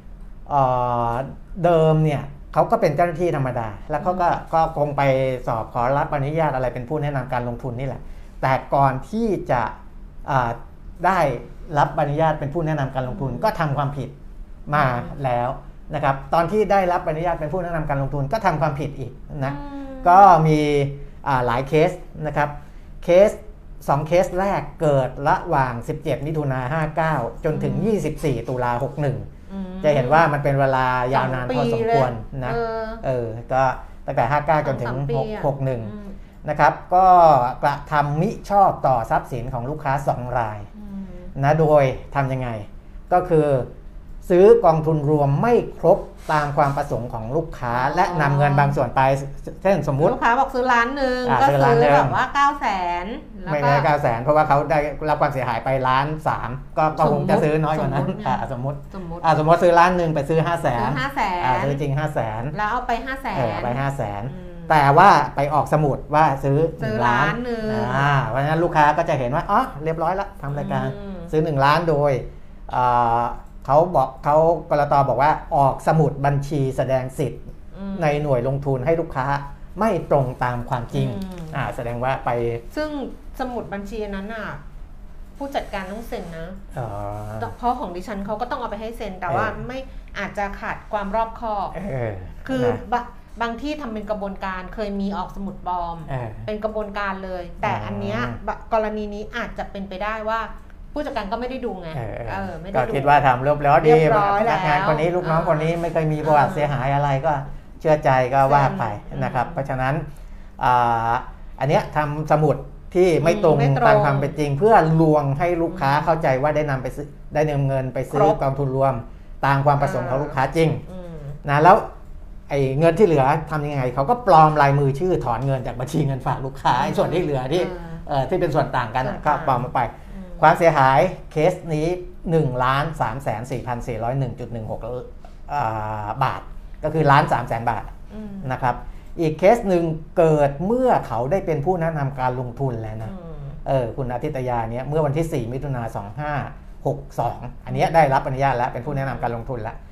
[SPEAKER 3] เดิมเนี่ยเขาก็เป็นเจ้าหน้าที่ธรรมดาแล้วเขาก็ก็คงไปสอบขอรับอนุญาตอะไรเป็นผู้แนะนำการลงทุนนี่แหละแต่ก่อนที่จะได้รับอนุญาตเป็นผู้แนะนำการลงทุนก็ทำความผิดมาแล้วนะครับตอนที่ได้รับอนุญาตเป็นผู้แนะนำการลงทุนก็ทำความผิดอีกนะก็มีหลายเคสนะครับเคสสองเคสแรกเกิดระหว่างสิบเจ็ดมิถุนายนห้าสิบเก้าจนถึงยี่สิบสี่ตุลาหกสิบเอ็ดจะเห็นว่ามันเป็นเวลายาวนานพอสมควรนะเออก็ตั้งแต่ห้าสิบเก้าจนถึงหกสิบเอ็ดนะครับก็กระทำมิชอบต่อทรัพย์สินของลูกค้าสองรายนะโดยทำยังไงก็คือซื้อกองทุนรวมไม่ครบตามความประสงค์ของลูกค้าและนำเงินบางส่วนไปเช่นสมมุติ
[SPEAKER 2] ลูกค้าบอกซื้อล้านหนึ่งก็ซื้อแบบว่าเก้าแสน
[SPEAKER 3] ไม่ได้เก้าแสนเพราะว่าเขาได้รับความเสียหายไปล้านสามก็คงจะซื้อน้อยกว่านั้นสมมติสมมติสมมติซื้อล้านหนึ่งไปซื้อห้าแสน
[SPEAKER 2] ห้าแสน
[SPEAKER 3] ซื้อจริงห้าแสน
[SPEAKER 2] แล้วเอาไปห้าแสน
[SPEAKER 3] ไปห้าแสนแต่ว่าไปออกสมุดว่าซื้อ
[SPEAKER 2] หนึ่งล้านหนึ่ง
[SPEAKER 3] เพราะฉะนั้นลูกค้าก็จะเห็นว่าอ๋อเรียบร้อยแล้วทำรายการซื้อหนึ่งล้านโดยเขาบอกเขากลต.บอกว่าออกสมุดบัญชีแสดงสิทธิ์ในหน่วยลงทุนให้ลูกค้าไม่ตรงตามความจริงอ่าแสดงว่าไป
[SPEAKER 2] ซึ่งสมุดบัญชีนั้นน่ะผู้จัดการต้องเซ็นนะเพราะของดิฉันเขาก็ต้องเอาไปให้เซ็นแต่ว่าไม่อาจจะขาดความรอบคอบคือบางที่ทำเป็นกระบวนการเคยมีออกสมุดปลอมเป็นกระบวนการเลยแต่อันเนี้ยกรณีนี้อาจจะเป็นไปได้ว่าผู้จัดการก็ไม่ได้ดูไง
[SPEAKER 3] ก็คิดว่าทำเรียบร้อยดีพนักงานคนนี้ลูกน้องคนนี้ไม่เคยมีประวัติเสียหายอะไรก็เชื่อใจก็ว่าไปนะครับเพราะฉะนั้นอันเนี้ยทำสมุดที่ไม่ตรงตามความเป็นจริงเพื่อลวงให้ลูกค้าเข้าใจว่าได้นำไปซื้อได้นำเงินไปซื้อกองทุนรวมตามความประสงค์ของลูกค้าจริงนะแล้วไอ้เงินที่เหลือทำยังไงเขาก็ปลอมลายมือชื่อถอนเงินจากบัญชีเงินฝากลูกค้าส่วนที่เหลือที่ที่เป็นส่วนต่างกันก็ปลอมไปความเสียหายเคสนี้ หนึ่งล้านสามแสนสี่พันสี่ร้อยเอ็ดจุดหนึ่งหก บาทก็คือล้านสามแสนบาทนะครับอีกเคสหนึ่งเกิดเมื่อเขาได้เป็นผู้แนะนำการลงทุนแล้วนะเออคุณอาทิตยาเนี่ยเมื่อวันที่สี่มิถุนายนสองพันห้าร้อยหกสิบสองอันนี้ได้รับอนุญาตแล้วเป็นผู้แนะนำการลงทุนแล้วก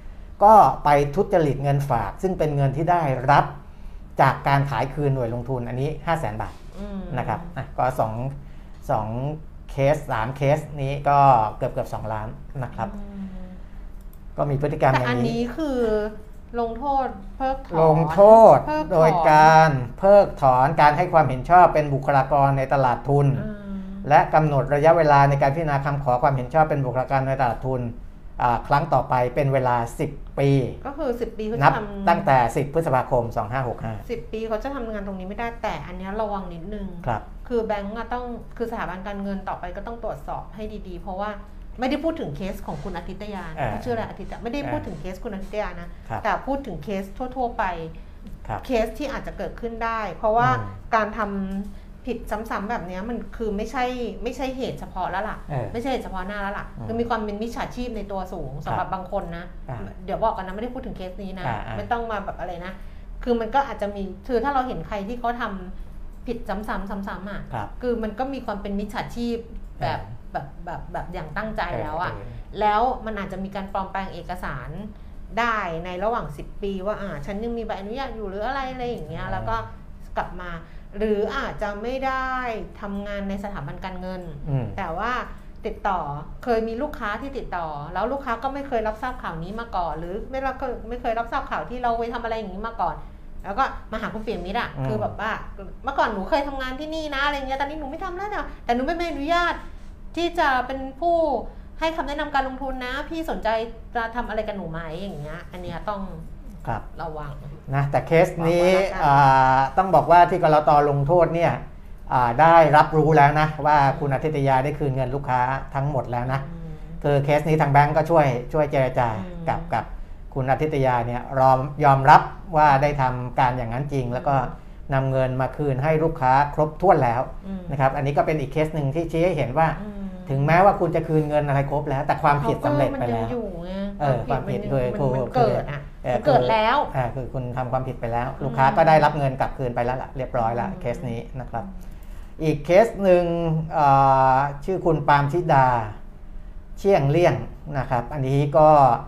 [SPEAKER 3] ก็ไปทุจริตเงินฝากซึ่งเป็นเงินที่ได้รับจากการขายคืนหน่วยลงทุนอันนี้ ห้าแสน บาทนะครับก็สอง สองเคสสามเคสนี้ก็เกือบเกือบสองล้านนะครับก็มีพฤติกรรมอย่างนี้แต่อัน
[SPEAKER 2] นี้คือลงโทษเพิกถอน
[SPEAKER 3] ลงโทษโดยการเพิกถอนการให้ความเห็นชอบเป็นบุคลากรในตลาดทุนและกำหนดระยะเวลาในการพิจารณาคำขอความเห็นชอบเป็นบุคลากรในตลาดทุนครั้งต่อไปเป็นเวลาสิบปี
[SPEAKER 2] ก็คือสิบปีเขา
[SPEAKER 3] นับ
[SPEAKER 2] จะทำ
[SPEAKER 3] ตั้งแต่สิบพฤษภาคมสองพันห้าร้อยหกสิบห้า
[SPEAKER 2] สิบปีเขาจะทำงานตรงนี้ไม่ได้แต่อันนี้ระวังนิดนึง
[SPEAKER 3] ครับ
[SPEAKER 2] คือแบงก์ต้องคือสถาบันการเงินต่อไปก็ต้องตรวจสอบให้ดีๆเพราะว่าไม่ได้พูดถึงเคสของคุณอาทิตยาเขาชื่ออะไรอาทิตย์ไม่ได้พูดถึงเคสคุณอาทิตยานะแต่พูดถึงเคสทั่วๆไปเคสที่อาจจะเกิดขึ้นได้เพราะว่าการทำผิดซ้ำๆแบบนี้มันคือไม่ใช่ไม่ใช่เหตุเฉพาะแล้วล่ะไม่ใช่เหตุเฉพาะหน้าแล้วล่ะคือมีความเป็นมิจฉาชีพในตัวสูงสำหรับบางคนนะเดี๋ยวบอกกันนะไม่ได้พูดถึงเคสนี้นะไม่ต้องมาแบบอะไรนะคือมันก็อาจจะมีคือถ้าเราเห็นใครที่เขาทำผิดซ้ำๆซ้ำๆอ่ะคือมันก็มีความเป็นมิจฉาชีพแบบแบบแบบแบบอย่างตั้งใจแล้วอ่ะแล้วมันอาจจะมีการปลอมแปลงเอกสารได้ในระหว่างสิบปีว่าอ่าฉันยังมีใบอนุญาตอยู่หรืออะไรอะไรอย่างเงี้ยแล้วก็กลับมาหรืออาจจะไม่ได้ทำงานในสถาบันการเงินแต่ว่าติดต่อเคยมีลูกค้าที่ติดต่อแล้วลูกค้าก็ไม่เคยรับทราบข่าวนี้มาก่อนหรือไม่รับไม่เคยรับทราบข่าวที่เราไปทำอะไรอย่างนี้มาก่อนแล้วก็มาหาคุณเปี่ยมมิตรอ่ะคือแบบว่าเมื่อก่อนหนูเคยทำงานที่นี่นะอะไรเงี้ยตอนนี้หนูไม่ทำแล้วนะแต่หนูไม่อนุญาตที่จะเป็นผู้ให้คำแนะนำการลงทุนนะพี่สนใจจะทำอะไรกับหนูไหมอย่างเงี้ยอันเนี้ยต้องระวัง
[SPEAKER 3] นะแต่เคสนี้ต้องบอกว่าที่กลต.ลงโทษเนี่ยได้รับรู้แล้วนะว่าคุณอาทิตยาได้คืนเงินลูกค้าทั้งหมดแล้วนะคือเคสนี้ทางแบงก์ก็ช่วยช่วยเจรจากับกับคุณอาทิตยาเนี่ยยอมยอมรับว่าได้ทำการอย่างนั้นจริงแล้วก็นำเงินมาคืนให้ลูกค้าครบถ้วนแล้วนะครับอันนี้ก็เป็นอีกเคสหนึ่งที่ชี้ให้เห็นว่าถึงแม้ว่าคุณจะคืนเงินอะไรครบแล้วแต่ความผิดสำเร็จไปแล้วเออความผิดโดย
[SPEAKER 2] คือเกิดอ่ะเกิดแล้ว
[SPEAKER 3] อ่าคือคุณทำความผิดไปแล้วลูกค้าก็ได้รับเงินกลับคืนไปแล้วล่ะเรียบร้อยแล้วเคสนี้นะครับอีกเคสหนึ่งชื่อคุณปามธิดาเชี่ยงเลี่ยงนะครับอันนี้ก็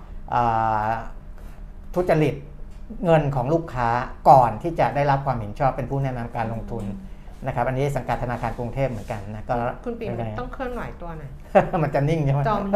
[SPEAKER 3] ทุจริตเงินของลูกค้าก่อนที่จะได้รับความเห็นชอบเป็นผู้แนะนำการลงทุนนะครับอันนี้สังกัดธนาคารกรุงเทพเหมือนกันนะก็
[SPEAKER 2] คุณปีมันต้องเคลื่อนไหวตัวหน่อย
[SPEAKER 3] มันจะนิ่งใช่ไหม
[SPEAKER 2] จอม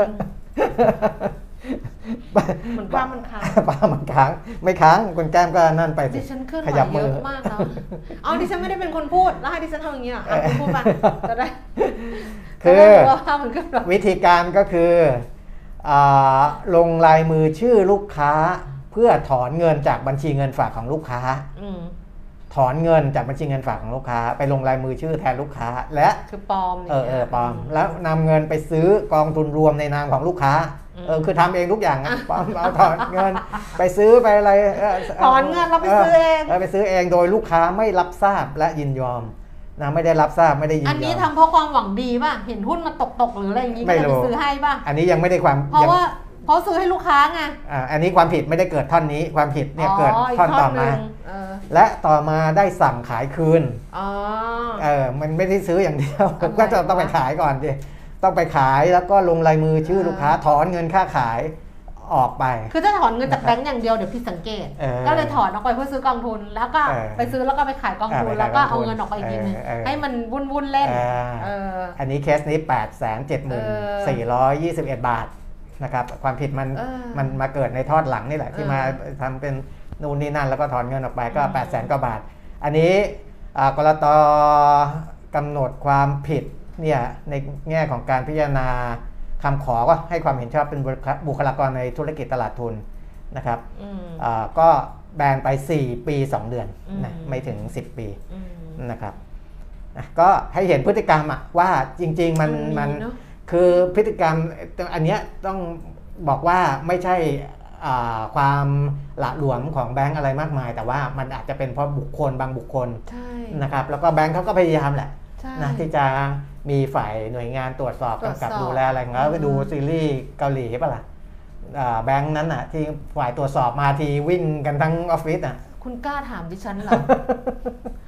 [SPEAKER 2] เหมือนป้ามันค้าง
[SPEAKER 3] ป้ามันค้างไม่ค้างคุณแก้มก็นั่นไป
[SPEAKER 2] ดิฉันเคลื่อนไหวเยอะมากแล้วอ๋อดิฉันไม่ได้เป็นคนพูดแล้วให้ดิฉันทำอย่างนี้อ่ะคุณพูดไปจะได้
[SPEAKER 3] คือวิธีการก็คือลงลายมือชื่อลูกค้าเพื่อถอนเงินจากบัญชีเงินฝากของลูกค้าถอนเงินจากบัญชีเงินฝากของลูกค้าไปลงลายมือชื่อแทนลูกค้าและ
[SPEAKER 2] คือปลอม
[SPEAKER 3] เออเออปลอมแล้วนำเงินไปซื้อกองทุนรวมในนามของลูกค้าเออคือทำเองทุกอย่างอ่ะปลอมเอาถอนเงินไปซื้อไปอะไร
[SPEAKER 2] ถอนเงินเราไปซื้อเอง
[SPEAKER 3] ไปซื้อเองโดยลูกค้าไม่รับทราบและยินยอมนะไม่ได้รับทราบไม่ได้ยินยอม
[SPEAKER 2] อันนี้ทำเพราะความหวังดีป่ะเห็นหุ้นมาตกตกหรืออะไรอย่างนี้ก็เลยไปซื้อให้ป่ะ
[SPEAKER 3] อันนี้ยังไม่ได้ความ
[SPEAKER 2] เพราะว่าเพราะซื้อให้ลูกค้าไง
[SPEAKER 3] อ่าอันนี้ความผิดไม่ได้เกิดท่อนนี้ความผิดเนี่ยเกิดท่อนต่อมาและต่อมาได้สั่งขายคืนอ๋อเออมันไม่ได้ซื้ออย่างเดียวก็จะต้องไปขายก่อนดิต้องไปขายแล้วก็ลงลายมือชื่อลูกค้าถอนเงินค่าขายออกไป
[SPEAKER 2] คือถ้าถอนเงินจากแบงก์อย่างเดียวเดี๋ยวผิดสังเกตก็เลยถอนออกไปเพื่อซื้อกองทุนแล้วก็ไปซื้อแล้วก็ไปขายกองทุนแล้วก็เอาเงินออกไปอีกทีนึงให้มันวุ่นๆเล่น
[SPEAKER 3] อันนี้เคสนี้ แปดแสนเจ็ดหมื่นสี่ร้อยยี่สิบเอ็ด บาทนะครับความผิดมันมันมาเกิดในทอดหลังนี่แหละที่มาทำเป็นนู่นนี่นั่นแล้วก็ถอนเงินออกไปก็แปดแสนกว่าบาทอันนี้กลต.กำหนดความผิดเนี่ยในแง่ของการพิจารณาคำขอก็ให้ความเห็นชอบเป็นบุคลากรในธุรกิจตลาดทุนนะครับก็แบนไปสี่ปีสองเดือนนะไม่ถึงสิบปีนะครับก็ให้เห็นพฤติกรรมว่าจริงๆมันมันคือพฤติกรรมอันนี้ต้องบอกว่าไม่ใช่ความหละหลวมของแบงก์อะไรมากมายแต่ว่ามันอาจจะเป็นเพราะบุคคลบางบุคคลนะครับแล้วก็แบงก์เขาก็พยายามแหละนะที่จะมีฝ่ายหน่วยงานตรวจสอบกำกับดูแลอะไรเงี้ยไปดูซีรีส์เกาหลีป่ะล่ะแบงก์นั้นอ่ะที่ฝ่ายตรวจสอบมาทีวิ่งกันทั้งออฟฟิศอ่ะ
[SPEAKER 2] คุณกล้าถามดิฉันเหรอ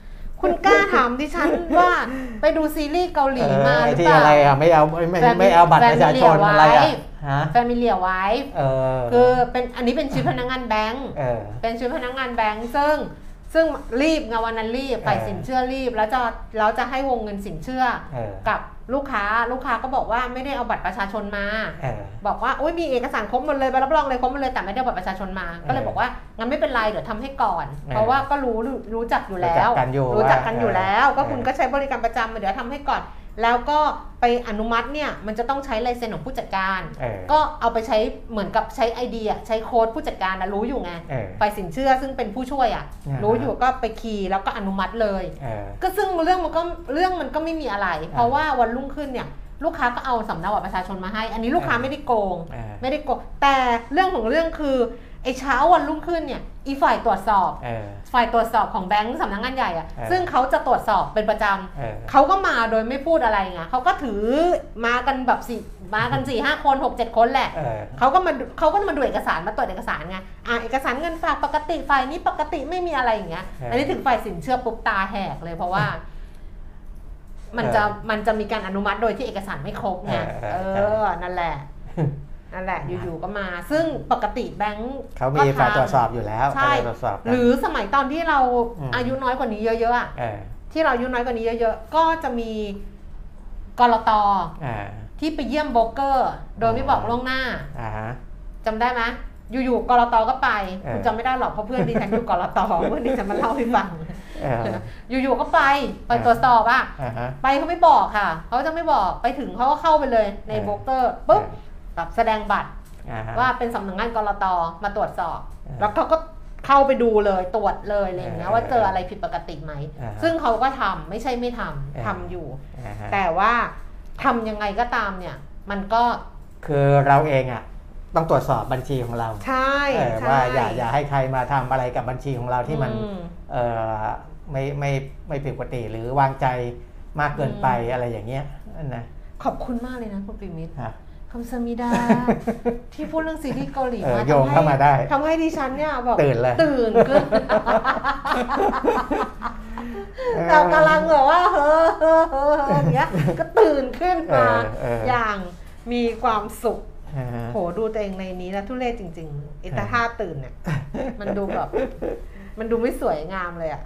[SPEAKER 2] คุณกล้าถามดิฉันว่าไปดูซีรีส์เกาหลีมาหรือเปล่า
[SPEAKER 3] ที่อะไรอ่ะไม่เอาไม่ไม่เอาบัตรประชาชนอะไรอ่ะ
[SPEAKER 2] ฮะ Family Wife คือเป็นอันนี้เป็นชีวิตพนักงานแบงก์เป็นชีวิตพนักงานแบงก์ซึ่งซึ่งรีบไงวันนั้นรีบฝ่ายสินเชื่อรีบแล้วจะแล้วจะให้วงเงินสินเชื่อกับลูกค้าลูกค้าก็บอกว่าไม่ได้เอาบัตรประชาชนมาบอกว่าโอ้ยมีเอกสารครบหมดเลยใบรับรองเลยครบหมดเลยแต่ไม่ได้เอาบัตรประชาชนมาก็เลยบอกว่างั้นไม่เป็นไรเดี๋ยวทำให้ก่อนเพราะว่าก็รู้รู้จักอยู่แล้วรู้จักกันอยู่แล้วก็คุณก็ใช้บริการประจำเดี๋ยวทำให้ก่อนแล้วก็ไปอนุมัติเนี่ยมันจะต้องใช้ลายเซ็นของผู้จัดการก็เอาไปใช้เหมือนกับใช้ไอเดียใช้โค้ดผู้จัดการนะรู้อยู่ไงฝ่ายสินเชื่อซึ่งเป็นผู้ช่วยอ่ะรู้อยู่ก็ไปคีย์แล้วก็อนุมัติเลยก็ซึ่งเรื่องมันก็เรื่องมันก็ไม่มีอะไรเพราะว่าวันรุ่งขึ้นเนี่ยลูกค้าก็เอาสำเนาบัตรประชาชนมาให้อันนี้ลูกค้าไม่ได้โกงไม่ได้โกงแต่เรื่องของเรื่องคือไอ้เช้าวันรุ่งขึ้นเนี่ยอีฝ่ายตรวจสอบฝ่ายตรวจสอบของแบงก์สำนักงานใหญ่อะซึ่งเขาจะตรวจสอบเป็นประจำเขาก็มาโดยไม่พูดอะไรไงเขาก็ถือมากันแบบสี่มากันสี่ห้าคนหกเจ็ดคนแหละเขาก็มาเขาก็มาดูเอกสารมาตรวจเอกสารไงอ่ะเอกสารเงินฝากปกติฝ่ายนี้ปกติไม่มีอะไรอย่างเงี้ยอันนี้ถึงฝ่ายสินเชื่อปุ๊บตาแหกเลยเพราะว่ามันจะมันจะมีการอนุมัติโดยที่เอกสารไม่ครบไงเออนั่นแหละนั่นแหละอยู่ๆก็มาซึ่งปกติแบงก์
[SPEAKER 3] เขามีฝ่ายตรวจสอบอยู่แล้ว
[SPEAKER 2] ใช่หรือสมัยตอนที่เราอายุน้อยกว่านี้เยอะๆที่เราอายุน้อยกว่านี้เยอะๆก็จะมีกลต.ที่ไปเยี่ยมโบรกเกอร์โดยไม่บอกล่วงหน้าจำได้ไหมอยู่ๆกลต.ก็ไปคุณจำไม่ได้หรอกเพราะเพื่อนดิฉันอยู่กลต.เพื่อนดิฉันมาเล่าให้ฟังอยู่ๆก็ไปไปตรวจสอบอ่ะไปเขาไม่บอกค่ะเขาจะไม่บอกไปถึงเขาก็เข้าไปเลยในโบรกเกอร์ปุ๊บแบบแสดงบัตรว่าเป็นสำนักงานกลต.มาตรวจสอบแล้วเขาก็เข้าไปดูเลยตรวจเลยอะไรอย่างเงี้ยว่าเจออะไรผิดปกติไหมซึ่งเขาก็ทำไม่ใช่ไม่ทำทำอยู่แต่ว่าทำยังไงก็ตามเนี่ยมันก็
[SPEAKER 3] คือเราเองอ่ะต้องตรวจสอบบัญชีของเรา
[SPEAKER 2] ใช่
[SPEAKER 3] ว่าอย่าอย่าให้ใครมาทำอะไรกับบัญชีของเราที่มันเอ่อไม่ไม่ไม่ผิดปกติหรือวางใจมากเกินไปอะไรอย่างเงี้ยนะ
[SPEAKER 2] ขอบคุณมากเลยนะคุณปิมิตรคำสมิดาที่พูดเรื่องซีรีส์เกาหลีมา
[SPEAKER 3] โยงเข้ามาได้
[SPEAKER 2] ทำให้ดิฉันเนี่ยแบบ
[SPEAKER 3] ตื่นเลย
[SPEAKER 2] ตื่นขึ้นเรากำลังแบบว่าเฮ้อเฮ้อเฮ้ออย่างเงี้ยก็ตื่นขึ้นมาอย่างมีความสุขโหดูตัวเองในนี้นะทุเรศจริงๆไอ้ท่าตื่นเนี่ยมันดูแบบมันดูไม่สวยงามเลยอ่ะ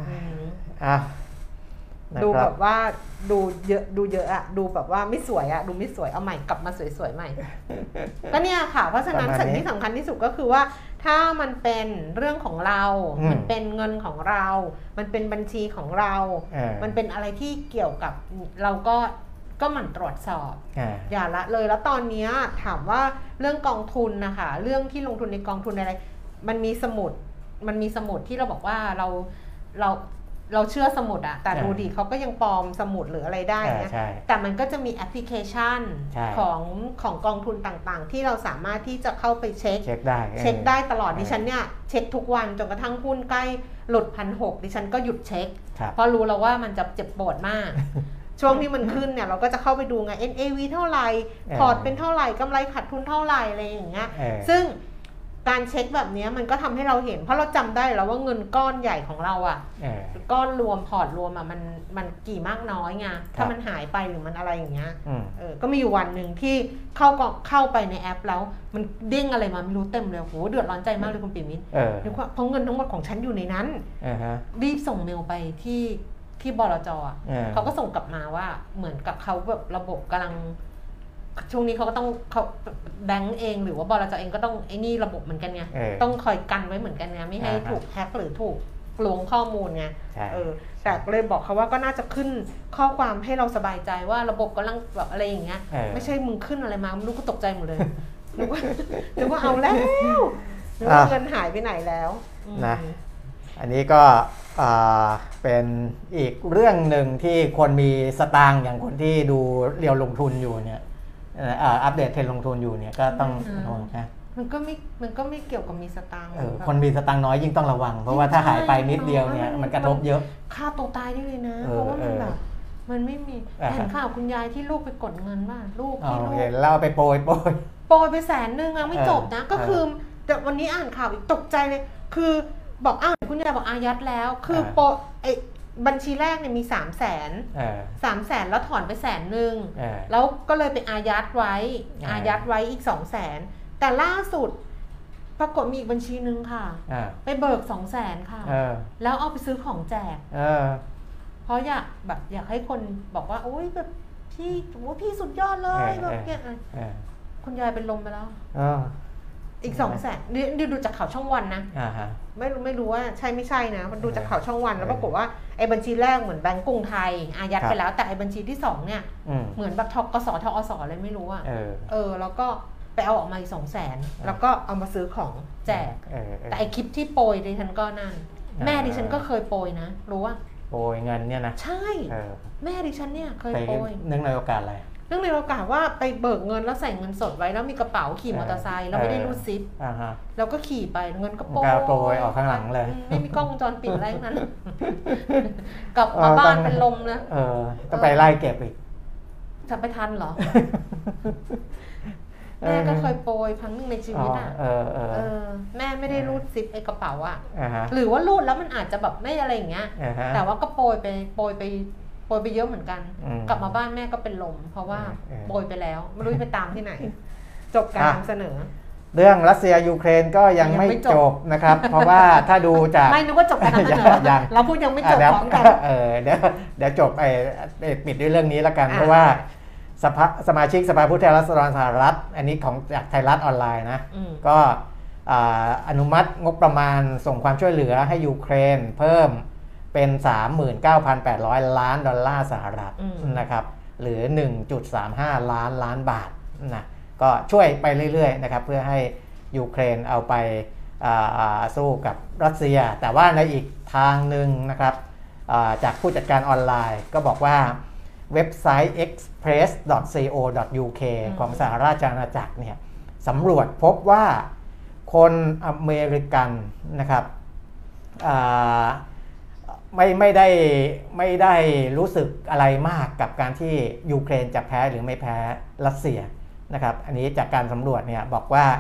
[SPEAKER 2] ดูแบบว่าดูเยอะดูเยอะอะดูแบบว่าไม่สวยอะดูไม่สวยเอาใหม่กลับมาสวยๆใหม่ก็เนี่ยค่ะเพราะฉะนั้นสิ่งที่สำคัญที่สุดก็คือว่าถ้ามันเป็นเรื่องของเรามันเป็นเงินของเรามันเป็นบัญชีของเรามันเป็นอะไรที่เกี่ยวกับเราก็ก็หมั่นตรวจสอบอย่าละเลยแล้วตอนนี้ถามว่าเรื่องกองทุนนะคะเรื่องที่ลงทุนในกองทุนอะไรมันมีสมุดมันมีสมุดที่เราบอกว่าเราเราเราเชื่อสมุดอะแต่ดูดิเขาก็ยังปลอมสมุดหรืออะไรได้นะแต่มันก็จะมีแอปพลิเคชันของของกองทุนต่างๆที่เราสามารถที่จะเข้าไปเช็ค
[SPEAKER 3] เช็คได้
[SPEAKER 2] เช็คได้ตลอดดิฉันเนี่ยเช็คทุกวันจนกระทั่งหุ้นใกล้หลุดพันหกดิฉันก็หยุดเช็คเพราะรู้แล้วว่ามันจะเจ็บปวดมากช่วงที่มันขึ้นเนี่ยเราก็จะเข้าไปดูไง เอ็น เอ วี เท่าไหร่พอร์ตเป็นเท่าไหร่กำไรขาดทุนเท่าไหร่อะไรอย่างเงี้ยซึ่งการเช็คแบบนี้มันก็ทำให้เราเห็นเพราะเราจำได้แล้วว่าเงินก้อนใหญ่ของเราอ่ะก้อนรวมพอร์ตรวมอ่ะมันมันกี่มากน้อยไงถ้ามันหายไปหรือมันอะไรอย่างเงี้ยเออก็มีอยู่วันหนึ่งที่เข้าก็เข้าไปในแอปแล้วมันเด้งอะไรมาไม่รู้เต็มเลยโหเดือดร้อนใจมากเลยคุณปิ่มมิตรเพราะเงินทั้งหมดของฉันอยู่ในนั้นรีบส่งเมลไปที่ที่บลจ.เขาก็ส่งกลับมาว่าเหมือนกับเขาแบบระบบกำลังช่วงนี้เขาก็ต้องเขาแบงก์เองหรือว่าบลจ.เองก็ต้องไอ้นี่ระบบเหมือนกันไงต้องคอยกันไว้เหมือนกันไงไม่ให้ถูกแฮกหรือถูกลวงข้อมูลไงเออแต่เลยบอกเขาว่าก็น่าจะขึ้นข้อความให้เราสบายใจว่าระบบกำลังแบบอะไรอย่างเงี้ยไม่ใช่มึงขึ้นอะไรมาไม่รู้ก็ตกใจหมดเลยนึกว่านึกว่าเอาแล้วนึกว่าเงินหายไปไหนแล้ว
[SPEAKER 3] นะอันนี้ก็เป็นอีกเรื่องหนึ่งที่คนมีสตางค์อย่างคนที่ดูเรียวลงทุนอยู่เนี่ยอัปเดตเทรนด์ลงทุนอยู่เนี่ยก็ต้องนะ
[SPEAKER 2] มันก็ไม่มันก็ไม่เกี่ยวกับมีสตางค์
[SPEAKER 3] คนมีสตางค์น้อยยิ่งต้องระวังเพราะว่าถ้าหายไปนิดเดียวเนี่ยมันกระทบเยอะ
[SPEAKER 2] ค่าตัวตายได้เลยนะเพราะว่ามันแบบมันไม่มีเห็นข่าวคุณยายที่ลูกไปกดเงินว่าลูกที่ลูก
[SPEAKER 3] เห็นแล้วไปโปรยโปรย
[SPEAKER 2] โปรยไปแสนนึงอ่ะไม่จบนะก็คือแต่วันนี้อ่านข่าวอีกตกใจเลยคือบอกอ้าวคุณยายบอกอายัดแล้วคือโปรไอบัญชีแรกเนี่ยมีสามแสนสามแสนแล้วถอนไปแสนหนึ่งแล้วก็เลยไปอายัดไว้อายัดไว้อีกสองแสนแต่ล่าสุดปรากฏมีอีกบัญชีนึงค่ะไปเบิกสองแสนค่ะแล้วเอาไปซื้อของแจกเพราะอยากแบบอยากให้คนบอกว่าโอ๊ยแบบพี่โอ้พี่สุดยอดเลยแบบเนี้ยคุณยายเป็นลมไปแล้วอีกสองแสนนี่ดูจากข่าวช่องวันนะไม่รู้ไม่รู้ว่าใช่ไม่ใช่นะมันดูจากข่าวช่องวันแล้วปรากฏว่าไอ้บัญชีแรกเหมือนแบงก์กรุงไทยอายัดไปแล้วแต่ไอ้บัญชีที่สองเนี่ยเหมือนแบบทกสทอสอะไรไม่รู้อ่ะเออแล้วก็ไปเอาออกมาอีกสองแสนแล้วก็เอามาซื้อของแจกแต่ไอ้คลิปที่โปรยดิฉันก็นั่นแม่ดิฉันก็เคยโปรยนะรู้ว่า
[SPEAKER 3] โปรยเงินเนี่ยนะ
[SPEAKER 2] ใช่แม่ดิฉันเนี่ยเคยโปรย
[SPEAKER 3] เนื่องในโอกาสอะไร
[SPEAKER 2] เรื่องในโอกาสว่าไปเบิกเงินแล้วใส่เงินสดไว้แล้วมีกระเป๋าขี่มอเตอร์ไซค์แล้วไม่ได้รูดซิปแล้วก็ขี่ไปเงินก็โปรย
[SPEAKER 3] โปรยออกข้างหลังเลย
[SPEAKER 2] ไม่มีกล้องวงจรปิดอะไรนั้นกลับมาบ้านเป็นลมนะ
[SPEAKER 3] เออต้องไปไล่เก็บอีก
[SPEAKER 2] จะไปทันเหรอแม่ก็เคยโปรยครั้งนึงในชีวิตอ่ะแม่ไม่ได้รูดซิปไอ้กระเป๋าอ่ะหรือว่ารูดแล้วมันอาจจะแบบไม่อะไรอย่างเงี้ยแต่ว่าก็โปรยไปโปรยไปโปรยไปเยอะเหมือนกันกลับมาบ้านแม่ก็เป็นลมเพราะว่าโปรยไปแล้วไม่รู้ไปตามที่ไหนจบการนำเสนอ
[SPEAKER 3] เรื่องรัสเซียยูเครนก็ยังไม่จบนะครับเพราะว่าถ้าดูจาก
[SPEAKER 2] ไม่นึกว่าจบการนำเสนอเราพูดยังไม่จบพร้อมกัน
[SPEAKER 3] เออเดี๋ยวเดี๋ยวจบไอ้ปิดด้วยเรื่องนี้แล้วกันเพราะว่าสภาสมาชิกสภาผู้แทนราษฎรสหรัฐอันนี้ของจากไทยรัฐออนไลน์นะก็อนุมัติงบประมาณส่งความช่วยเหลือให้ยูเครนเพิ่มเป็น สามหมื่นเก้าพันแปดร้อย ล้านดอลลาร์สหรัฐนะครับหรือ หนึ่งจุดสามห้า ล้านล้านบาทนะก็ช่วยไปเรื่อยๆนะครับเพื่อให้ยูเครนเอาไปสู้กับรัสเซียแต่ว่าในอีกทางหนึ่งนะครับจากผู้จัดการออนไลน์ก็บอกว่าเว็บไซต์ เอ็กซ์เพรส ดอท ซี โอ ดอท ยู เค ของสหราชอาณาจักรเนี่ยสำรวจพบว่าคนอเมริกันนะครับไม่ไม่ได้ไม่ได้รู้สึกอะไรมากกับการที่ยูเครนจะแพ้หรือไม่แพ้รัสเซียนะครับอันนี้จากการสำรวจเนี่ยบอกว่า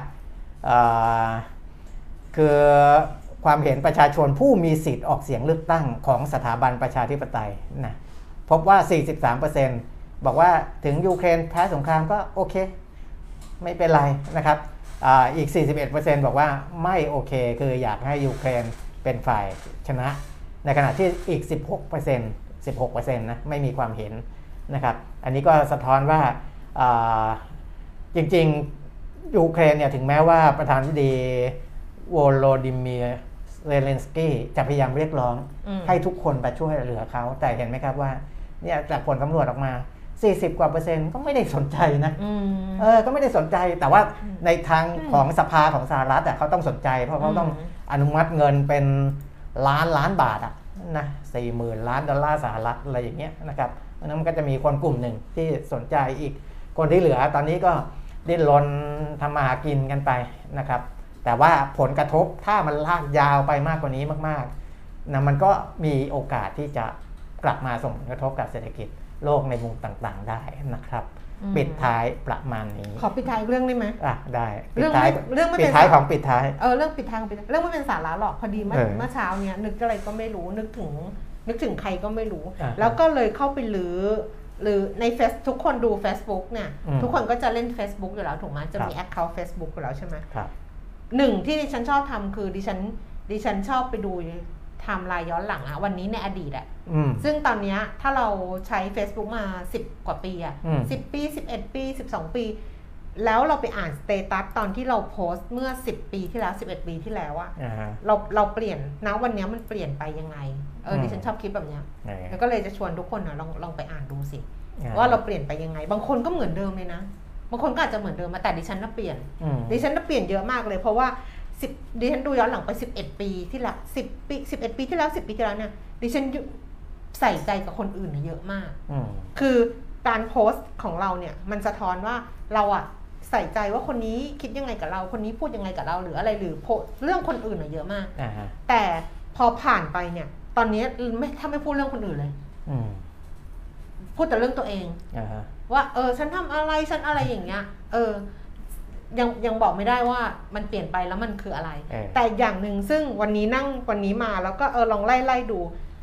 [SPEAKER 3] คือความเห็นประชาชนผู้มีสิทธิ์ออกเสียงเลือกตั้งของสถาบันประชาธิปไตยนะพบว่า สี่สิบสามเปอร์เซ็นต์ บอกว่าถึงยูเครนแพ้สงครามก็โอเคไม่เป็นไรนะครับ อ, อีก สี่สิบเอ็ดเปอร์เซ็นต์ บอกว่าไม่โอเคคืออยากให้ยูเครนเป็นฝ่ายชนะในขณะที่อีก สิบหกเปอร์เซ็นต์ สิบหกเปอร์เซ็นต์ นะไม่มีความเห็นนะครับอันนี้ก็สะท้อนว่าจริงๆยูเครนเนี่ยถึงแม้ว่าประธานาธิบดีโวโลดิเมียร์เซเลนสกี้จะพยายามเรียกร้องให้ทุกคนไปช่วยเหลือเขาแต่เห็นไหมครับว่าเนี่ยจากผลสำรวจออกมาสี่สิบกว่าเปอร์เซ็นต์ก็ไม่ได้สนใจนะเออก็ไม่ได้สนใจแต่ว่าในทางของสภาของสหรัฐอ่ะเขาต้องสนใจเพราะเขาต้องอนุมัติเงินเป็นล้านล้านบาทอ่ะนะสี่หมื่นล้านดอลลาร์สหรัฐอะไรอย่างเงี้ยนะครับเพราะนั้นมันก็จะมีคนกลุ่มหนึ่งที่สนใจอีกคนที่เหลือตอนนี้ก็ดิ้นรนทำมาหากินกันไปนะครับแต่ว่าผลกระทบถ้ามันลากยาวไปมากกว่านี้มากๆนะมันก็มีโอกาสที่จะกลับมาส่งผลกระทบกับเศรษฐกิจโลกในมุมต่างๆได้นะครับปิดท้ายประมาณนี้
[SPEAKER 2] ขอปิดท้ายเรื่องได้ไหม
[SPEAKER 3] อ่ะได้
[SPEAKER 2] ปิดท้ายเรื่องไม่เป็น
[SPEAKER 3] ปิดท้ายของปิดท้าย
[SPEAKER 2] เออเรื่องปิดท้ายของปิดเรื่องไม่เป็นสาระหรอกพอดีเมื่อเมื่อเช้าเนี้ยนึกอะไรก็ไม่รู้นึกถึงนึกถึงใครก็ไม่รู้แล้วก็เลยเข้าไปลื้อหรือในเฟซทุกคนดู Facebook เนี่ยทุกคนก็จะเล่น Facebook อยู่แล้วถูกไหมจะมี account Facebook อยู่แล้วใช่ไหม
[SPEAKER 3] ครับ
[SPEAKER 2] หนึ่งที่ดิฉันชอบทำคือดิฉันดิฉันชอบไปดูไทม์ไลน์ย้อนหลังอะวันนี้ในอดีตอะซึ่งตอนนี้ถ้าเราใช้ Facebook มาสิบกว่าปีอะสิบปีสิบเอ็ดปีสิบสองปีแล้วเราไปอ่านสเตตัสตอนที่เราโพสต์เมื่อสิบปีที่แล้วสิบเอ็ดปีที่แล้วอะเราเราเปลี่ยนนะวันนี้มันเปลี่ยนไปยังไงเออดิฉันชอบคิดแบบนี้แล้วก็เลยจะชวนทุกคนนะลองลองไปอ่านดูสิว่าเราเปลี่ยนไปยังไงบางคนก็เหมือนเดิมเลยนะบางคนก็อาจจะเหมือนเดิมมาแต่ดิฉันน่ะเปลี่ยนดิฉันน่ะเปลี่ยนเยอะมากเลยเพราะว่าสิบดิฉันดูย้อนหลังไปสิบเอ็ดปีที่ละสิบปีสิบเอ็ดปีที่แล้วสิบปีที่แล้วเนี่ยดิฉันใส่ใจกับคนอื่นเยอะมากคือการโพสต์ของเราเนี่ยมันสะท้อนว่าเราอะใส่ใจว่าคนนี้คิดยังไงกับเราคนนี้พูดยังไงกับเราหรืออะไรหรือเรื่องคนอื่นเยอะมากแต่พอผ่านไปเนี่ยตอนนี้ไม่ถ้าไม่พูดเรื่องคนอื่นเลยพูดแต่เรื่องตัวเองว่าเออฉันทำอะไรฉันอะไรอย่างเงี้ยเออยังยังบอกไม่ได้ว่ามันเปลี่ยนไปแล้วมันคืออะไรแต่อย่างหนึ่งซึ่งวันนี้นั่งวันนี้มาแล้วก็เออลองไล่ไล่ดู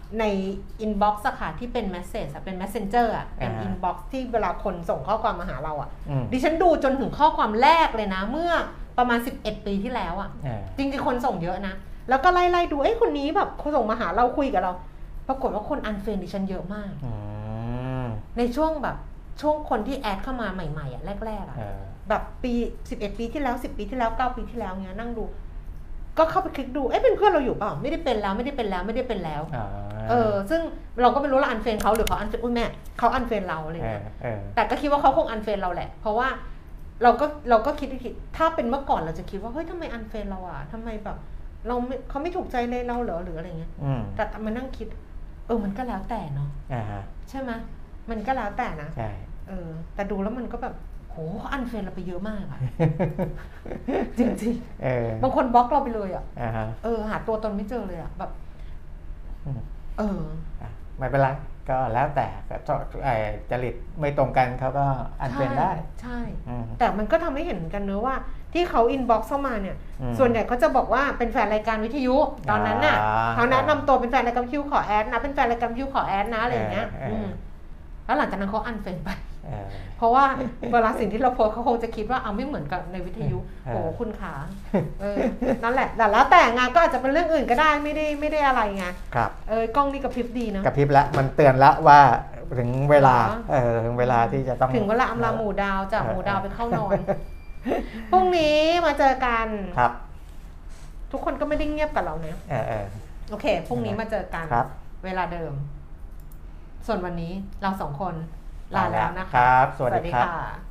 [SPEAKER 2] ใน inbox อะค่ะที่เป็น message เป็น messenger อะเป็น inbox ที่เวลาคนส่งข้อความมาหาเราอะดิฉันดูจนถึงข้อความแรกเลยนะเมื่อประมาณสิบเอ็ดปีที่แล้วอะจริงๆคนส่งเยอะนะแล้วก็ไล่ๆดูเอ้ยคนนี้แบบเขาส่งมาหาเราคุยกับเราปรากฏว่าคนอันเฟรนดิฉันเยอะมากในช่วงแบบช่วงคนที่แอดเข้ามาใหม่ๆอะแรกๆอะแบบปีสิบเอ็ดปีที่แล้วสิบปีที่แล้วเก้าปีที่แล้วเงี้ยนั่งดูก็เข้าไปคลิกดูเอ๊ะเป็นเพื่อนเราอยู่เปล่าไม่ได้เป็นแล้วไม่ได้เป็นแล้วไม่ได้เป็นแล้วเออซึ่งเราก็ไม่รู้ละอันเฟรนเขาหรือเขาอันเฟรนอุ้ยแม่เขาอันเฟรนเราอะไรเงี้ยแต่ก็คิดว่าเขาคงอันเฟรนเราแหละเพราะว่าเราก็เราก็คิดคิดถ้าเป็นเมื่อก่อนเราจะคิดว่าเฮ้ยทำไมอันเฟรนเราอ่ะทำไมแบบเราเขาไม่ถูกใจในเราเหรอหรืออะไรเงี้ยแต่มานั่งคิดเออมันก็แล้วแต่เนาะใช่ไหมมันก็แล้วแต่นะใช่เออแต่ดูแล้วมันก็แบบโหอันเฟรนเราไปเยอะมากอะจริงๆบางคนบล็อกเราไปเลยอ่ะเออหาตัวตนไม่เจอเลยอ่ะแบบเออ
[SPEAKER 3] ไม่เป็นไรก็แล้วแต่จริตไม่ตรงกันเขาก็อันเฟรนได้
[SPEAKER 2] ใช่แต่มันก็ทำให้เห็นกันเนอะว่าที่เขาอินบ็อกซ์เข้ามาเนี่ยส่วนใหญ่เขาจะบอกว่าเป็นแฟนรายการวิทยุตอนนั้นน่ะเขาแนะนำตัวเป็นแฟนรายการวิทยุขอแอดนะเป็นแฟนรายการวิทยุขอแอดนะอะไรอย่างเงี้ยแล้วหลังจากนั้นเขาอันเฟรนไปเพราะว่าเวลาสิ่งที่เราโพสเขาคงจะคิดว่าเอาไม่เหมือนกับในวิทยุโอ้คุณขาเออนั่นแหละแต่แล้วแต่งานก็อาจจะเป็นเรื่องอื่นก็ได้ไม่ได้ไม่ได้อะไรไง
[SPEAKER 3] ครับ
[SPEAKER 2] เออกล้องนี่กระพริบดีนะ
[SPEAKER 3] กระพริบแล้วมันเตือนละว่าถึงเวลาเออถึงเวลาที่จะต้อง
[SPEAKER 2] ถึงเวลาอำลาหมู่ดาวจากหมู่ดาวไปเข้านอนพรุ่งนี้มาเจอกัน
[SPEAKER 3] ครับ
[SPEAKER 2] ทุกคนก็ไม่ได้เงียบกับเราเนะ
[SPEAKER 3] เออเออ
[SPEAKER 2] โอเคพรุ่งนี้มาเจอกันเวลาเดิมส่วนวันนี้เราสองคนลาแล้วนะคะ
[SPEAKER 3] ครับสวัสดีค่ะ